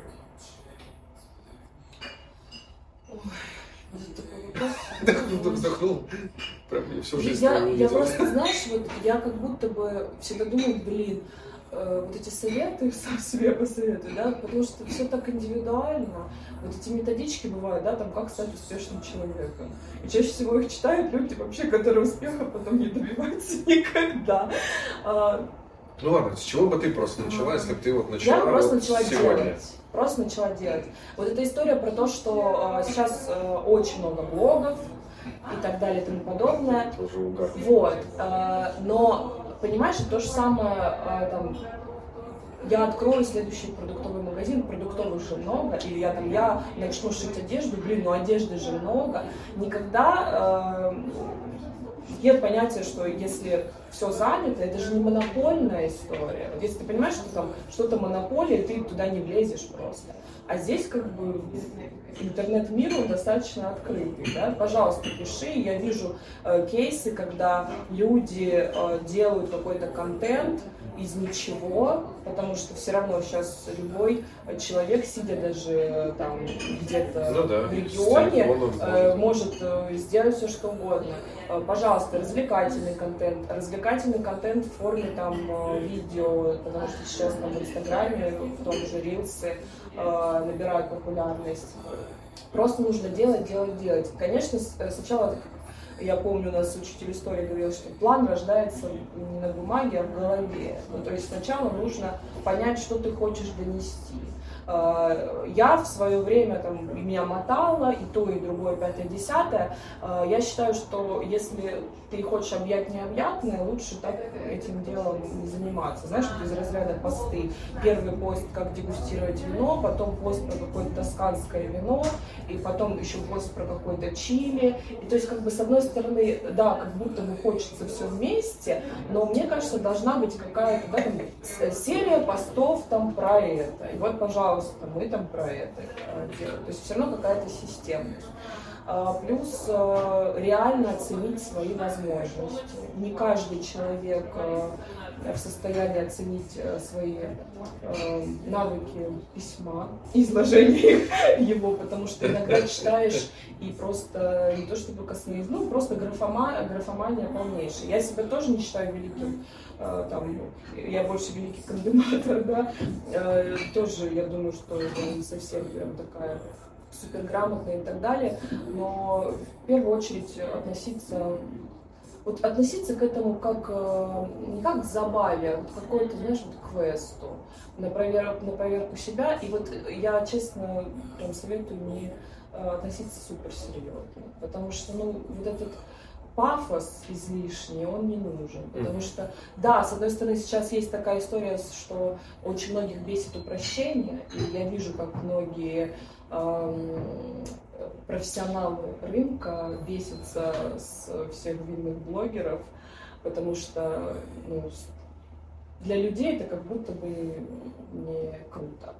Да, кто вздохнул. Прям всю жизнь. Я просто, знаешь, вот я как будто бы всегда думаю, блин, вот эти советы сам себе посоветую, да, потому что все так индивидуально. Вот эти методички бывают, да, там, как стать успешным человеком. И чаще всего их читают люди вообще, которые успеха потом не добиваются никогда. Ну ладно, с чего бы ты просто начала, если бы ты вот начала Я бы просто вот начала сегодня? делать. Просто начала делать. Вот эта история про то, что э, сейчас э, очень много блогов и так далее и тому подобное. Это уже угар. Вот. Э, но, понимаешь, то же самое, э, там, я открою следующий продуктовый магазин, продуктовых же много, или я там, я начну шить одежду, блин, ну одежды же много. Никогда... Э, Нет понятия, что если все занято, это же не монопольная история. Вот если ты понимаешь, что там что-то монополия, ты туда не влезешь просто. А здесь как бы интернет-мир он достаточно открытый. Да? Пожалуйста, пиши. Я вижу э, кейсы, когда люди э, делают какой-то контент из ничего, потому что все равно сейчас любой человек, сидя даже там где-то ну, да, в регионе, э, может э, сделать все, что угодно. Э, пожалуйста, развлекательный контент. Развлекательный контент в форме там э, видео, потому что сейчас там в Инстаграме, в том же Рилсы э, набирают популярность. Просто нужно делать, делать, делать. Конечно, сначала, я помню, у нас учитель истории говорил, что план рождается не на бумаге, а в голове. Ну, то есть сначала нужно понять, что ты хочешь донести. Я в свое время, там, меня мотало, и то, и другое, пятое, десятое. Я считаю, что если ты хочешь объять необъятное, лучше так этим делом не заниматься. Знаешь, вот из разряда посты. Первый пост, как дегустировать вино, потом пост про какое-то тосканское вино, и потом еще пост про какое-то чили. И то есть, как бы, с одной стороны, да, как будто бы хочется все вместе, но мне кажется, должна быть какая-то, да, там, серия постов там про это. И вот, пожалуйста, мы там про это делаем. То есть все равно какая-то системность. Плюс реально оценить свои возможности. Не каждый человек в состоянии оценить свои навыки письма, изложения его, потому что иногда читаешь и просто не то чтобы косные, ну просто графома, графомания полнейшая. Я себя тоже не считаю великим, там, я больше великий конденатор, да, тоже я думаю, что это не совсем прям такая суперграмотная и так далее, но в первую очередь относиться вот относиться к этому как, не как к забаве, а к какой-то, знаешь, вот квесту, на проверку, на проверку себя. И вот я, честно, прям советую не относиться супер серьезно, потому что, ну, вот этот пафос излишний, он не нужен, потому что, да, с одной стороны, сейчас есть такая история, что очень многих бесит упрощение, и я вижу, как многие эм, профессионалы рынка бесятся с всех винных блогеров, потому что, ну, для людей это как будто бы не круто.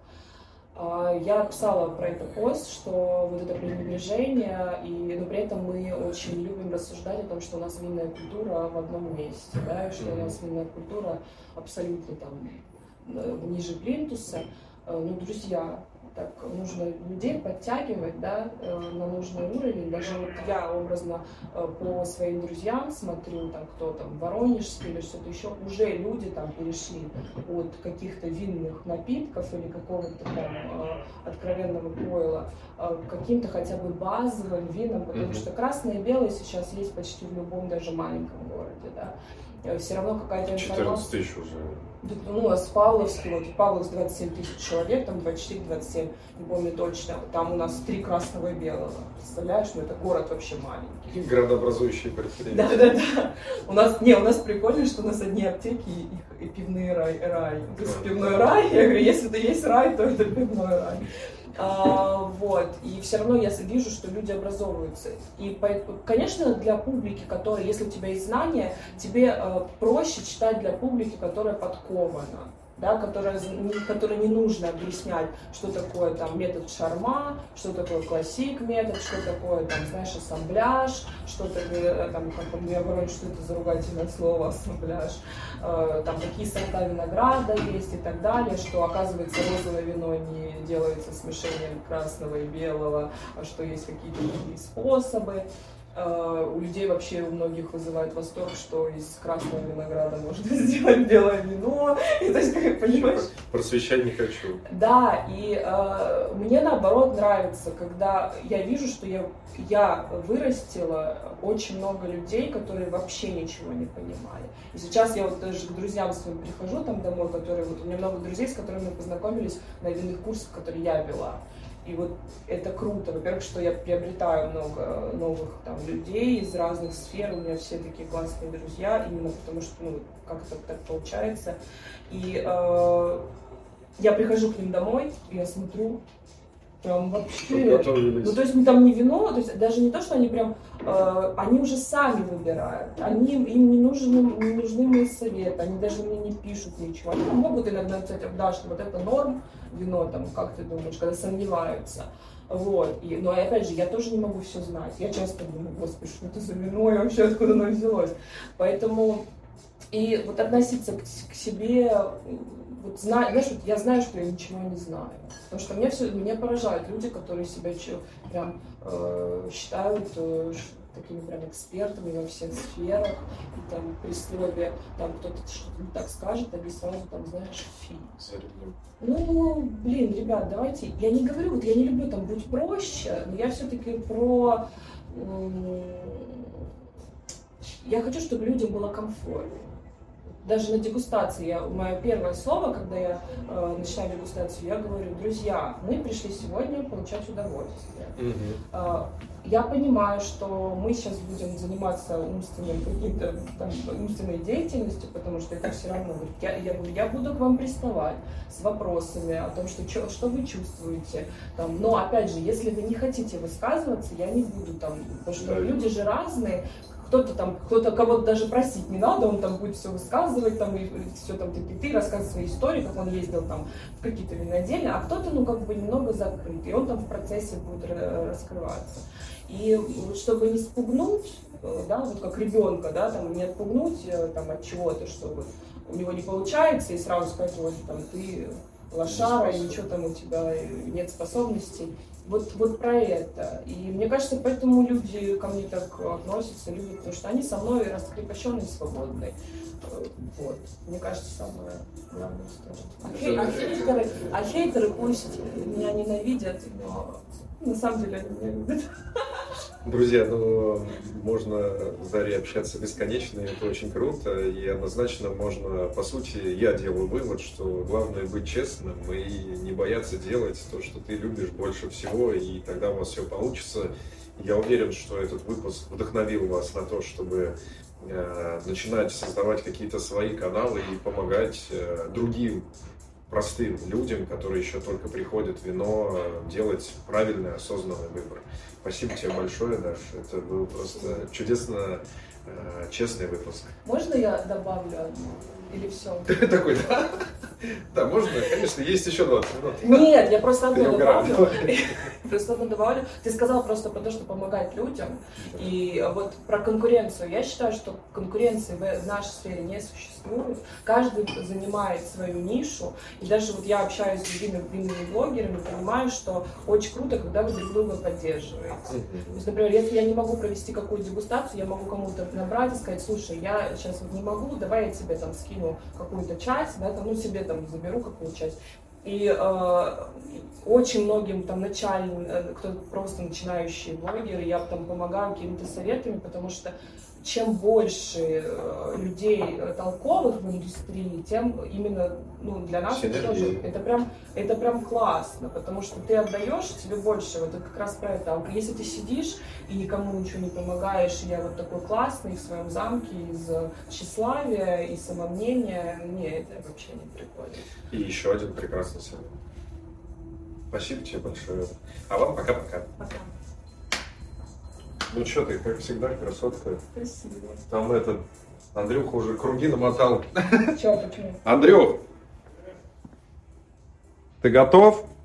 Я писала про это пост, что вот это пренебрежение, и, но при этом мы очень любим рассуждать о том, что у нас винная культура в одном месте, да, и что у нас винная культура абсолютно там ниже плинтуса. Ну, друзья, так нужно людей подтягивать, да, на нужный уровень. Даже вот я образно по своим друзьям смотрю, там, кто там воронежский или что-то еще, уже люди там перешли от каких-то винных напитков или какого-то там откровенного пойла к каким-то хотя бы базовым винам, потому mm-hmm. что красное и белое сейчас есть почти в любом даже маленьком городе, да. Все равно какая-то информация. четырнадцать тысяч уже. Ну, у нас Павловский, вот Павловск двадцать семь тысяч человек, там двадцать четыре двадцать семь, не помню точно. Там у нас три красного и белого. Представляешь, ну это город вообще маленький. Городообразующие предприятия. Да, да, да. У нас, не, у нас прикольно, что у нас одни аптеки и, и пивные рай, рай. То есть пивной рай, я говорю, если это есть рай, то это пивной рай. А, вот, и все равно я вижу, что люди образовываются. И, конечно, для публики, которая, если у тебя есть знания, тебе э, проще читать для публики, которая подкована, да, которая, которой не нужно объяснять, что такое там метод Шарма, что такое классик метод, что такое там, знаешь, ассамбляж, что такое, там, как у меня говорят, что это за ругательное слово ассамбляж, э, там какие сорта винограда есть и так далее, что оказывается розовое вино не делается смешением красного и белого, а что есть какие-то другие способы. Uh, у людей вообще у многих вызывает восторг, что из красного винограда можно сделать белое вино. И, то есть, как, понимаешь? Просвещать не хочу. Да, и uh, мне наоборот нравится, когда я вижу, что я, я вырастила очень много людей, которые вообще ничего не понимали. И сейчас я вот даже к друзьям своим прихожу там домой, которые, вот у меня много друзей, с которыми мы познакомились на винных курсах, которые я вела. И вот это круто. Во-первых, что я приобретаю много новых там людей из разных сфер. У меня все такие классные друзья, именно потому что, ну, как-то так получается. И э, я прихожу к ним домой, и я смотрю, прям вообще... Ну, то есть мы там не вино, то есть даже не то, что они прям... Э, они уже сами выбирают. Они, им не нужны, не нужны мои советы, они даже мне не пишут ничего. Они могут иногда написать, да, что вот это норм, вино, там, как ты думаешь, когда сомневаются. Вот. И, но опять же, я тоже не могу все знать. Я часто думаю, господи, что это за вино, и вообще откуда оно взялось. Поэтому и вот относиться к, к себе, вот, зна, знаешь, вот я знаю, что я ничего не знаю. Потому что меня, все, меня поражают люди, которые себя прям э, считают э, такими прям экспертами во всех сферах, и там при слове, там кто-то что-то не так скажет, они сразу там, знаешь, фи. Ну, блин, ребят, давайте, я не говорю, вот я не люблю там быть проще, но я все-таки про, я хочу, чтобы людям было комфортно. Даже на дегустации, я, мое первое слово, когда я э, начинаю дегустацию, я говорю, друзья, мы пришли сегодня получать удовольствие. Mm-hmm. Э, я понимаю, что мы сейчас будем заниматься умственным, каким-то, там, умственной деятельностью, потому что это все равно. Я, я, я буду к вам приставать с вопросами о том, что, что, что вы чувствуете. Там, но опять же, если вы не хотите высказываться, я не буду там, потому что mm-hmm. люди же разные. Кто-то там, кто-то кого-то даже просить не надо, он там будет все высказывать, там, и все там, ты, ты рассказывать свои истории, как он ездил там в какие-то винодельни, а кто-то, ну, как бы немного закрыт, и он там в процессе будет раскрываться. И чтобы не спугнуть, да, вот как ребенка, да, там, не отпугнуть там, от чего-то, чтобы у него не получается, и сразу сказать, вот, там, ты лошара, и ничего там у тебя нет способностей. Вот, вот про это. И мне кажется, поэтому люди ко мне так относятся, любят, потому что они со мной раскрепощенные, свободные. Вот. Мне кажется, самое главное история. А, хей, а, хейтеры, а хейтеры пусть меня ненавидят, но на самом деле они меня любят. Друзья, ну, можно с Дарьей общаться бесконечно, и это очень круто, и однозначно можно, по сути, я делаю вывод, что главное быть честным и не бояться делать то, что ты любишь больше всего, и тогда у вас все получится. Я уверен, что этот выпуск вдохновил вас на то, чтобы э, начинать создавать какие-то свои каналы и помогать э, другим простым людям, которые еще только приходят в вино, делать правильный, осознанный выбор. Спасибо тебе большое, Даш. Это был просто чудесно э, честный выпуск. Можно я добавлю одну? Или все? Ты такой, да? Да, можно, конечно, есть еще двадцать минут. Нет, я просто одну добавлю. Просто одну добавлю. Ты сказал просто про то, что помогать людям. И вот про конкуренцию. Я считаю, что конкуренции в нашей сфере не существует. Каждый занимает свою нишу. И даже вот я общаюсь с другими винными блогерами, понимаю, что очень круто, когда вы друг друга поддерживаете. То есть, например, если я не могу провести какую-то дегустацию, я могу кому-то набрать и сказать: слушай, я сейчас вот не могу, давай я тебе там скину какую-то часть, да, там, ну себе там заберу какую-то часть. И э, очень многим там начальным, э, кто просто начинающие блогеры, я там помогаю какими-то советами, потому что чем больше э, людей толковых в индустрии, тем именно, ну, для нас это тоже, это прям, это прям классно, потому что ты отдаешь, тебе больше, вот это как раз про это. А если ты сидишь и никому ничего не помогаешь, и я вот такой классный в своем замке из тщеславия и самомнения, не, это вообще не прикольно. И еще один прекрасный совет. Спасибо тебе большое. А вам пока-пока. Пока. Ну что ты, как всегда, красотка. Спасибо. Там этот, Андрюха уже круги намотал. Чё, почему? Андрюх, ты готов?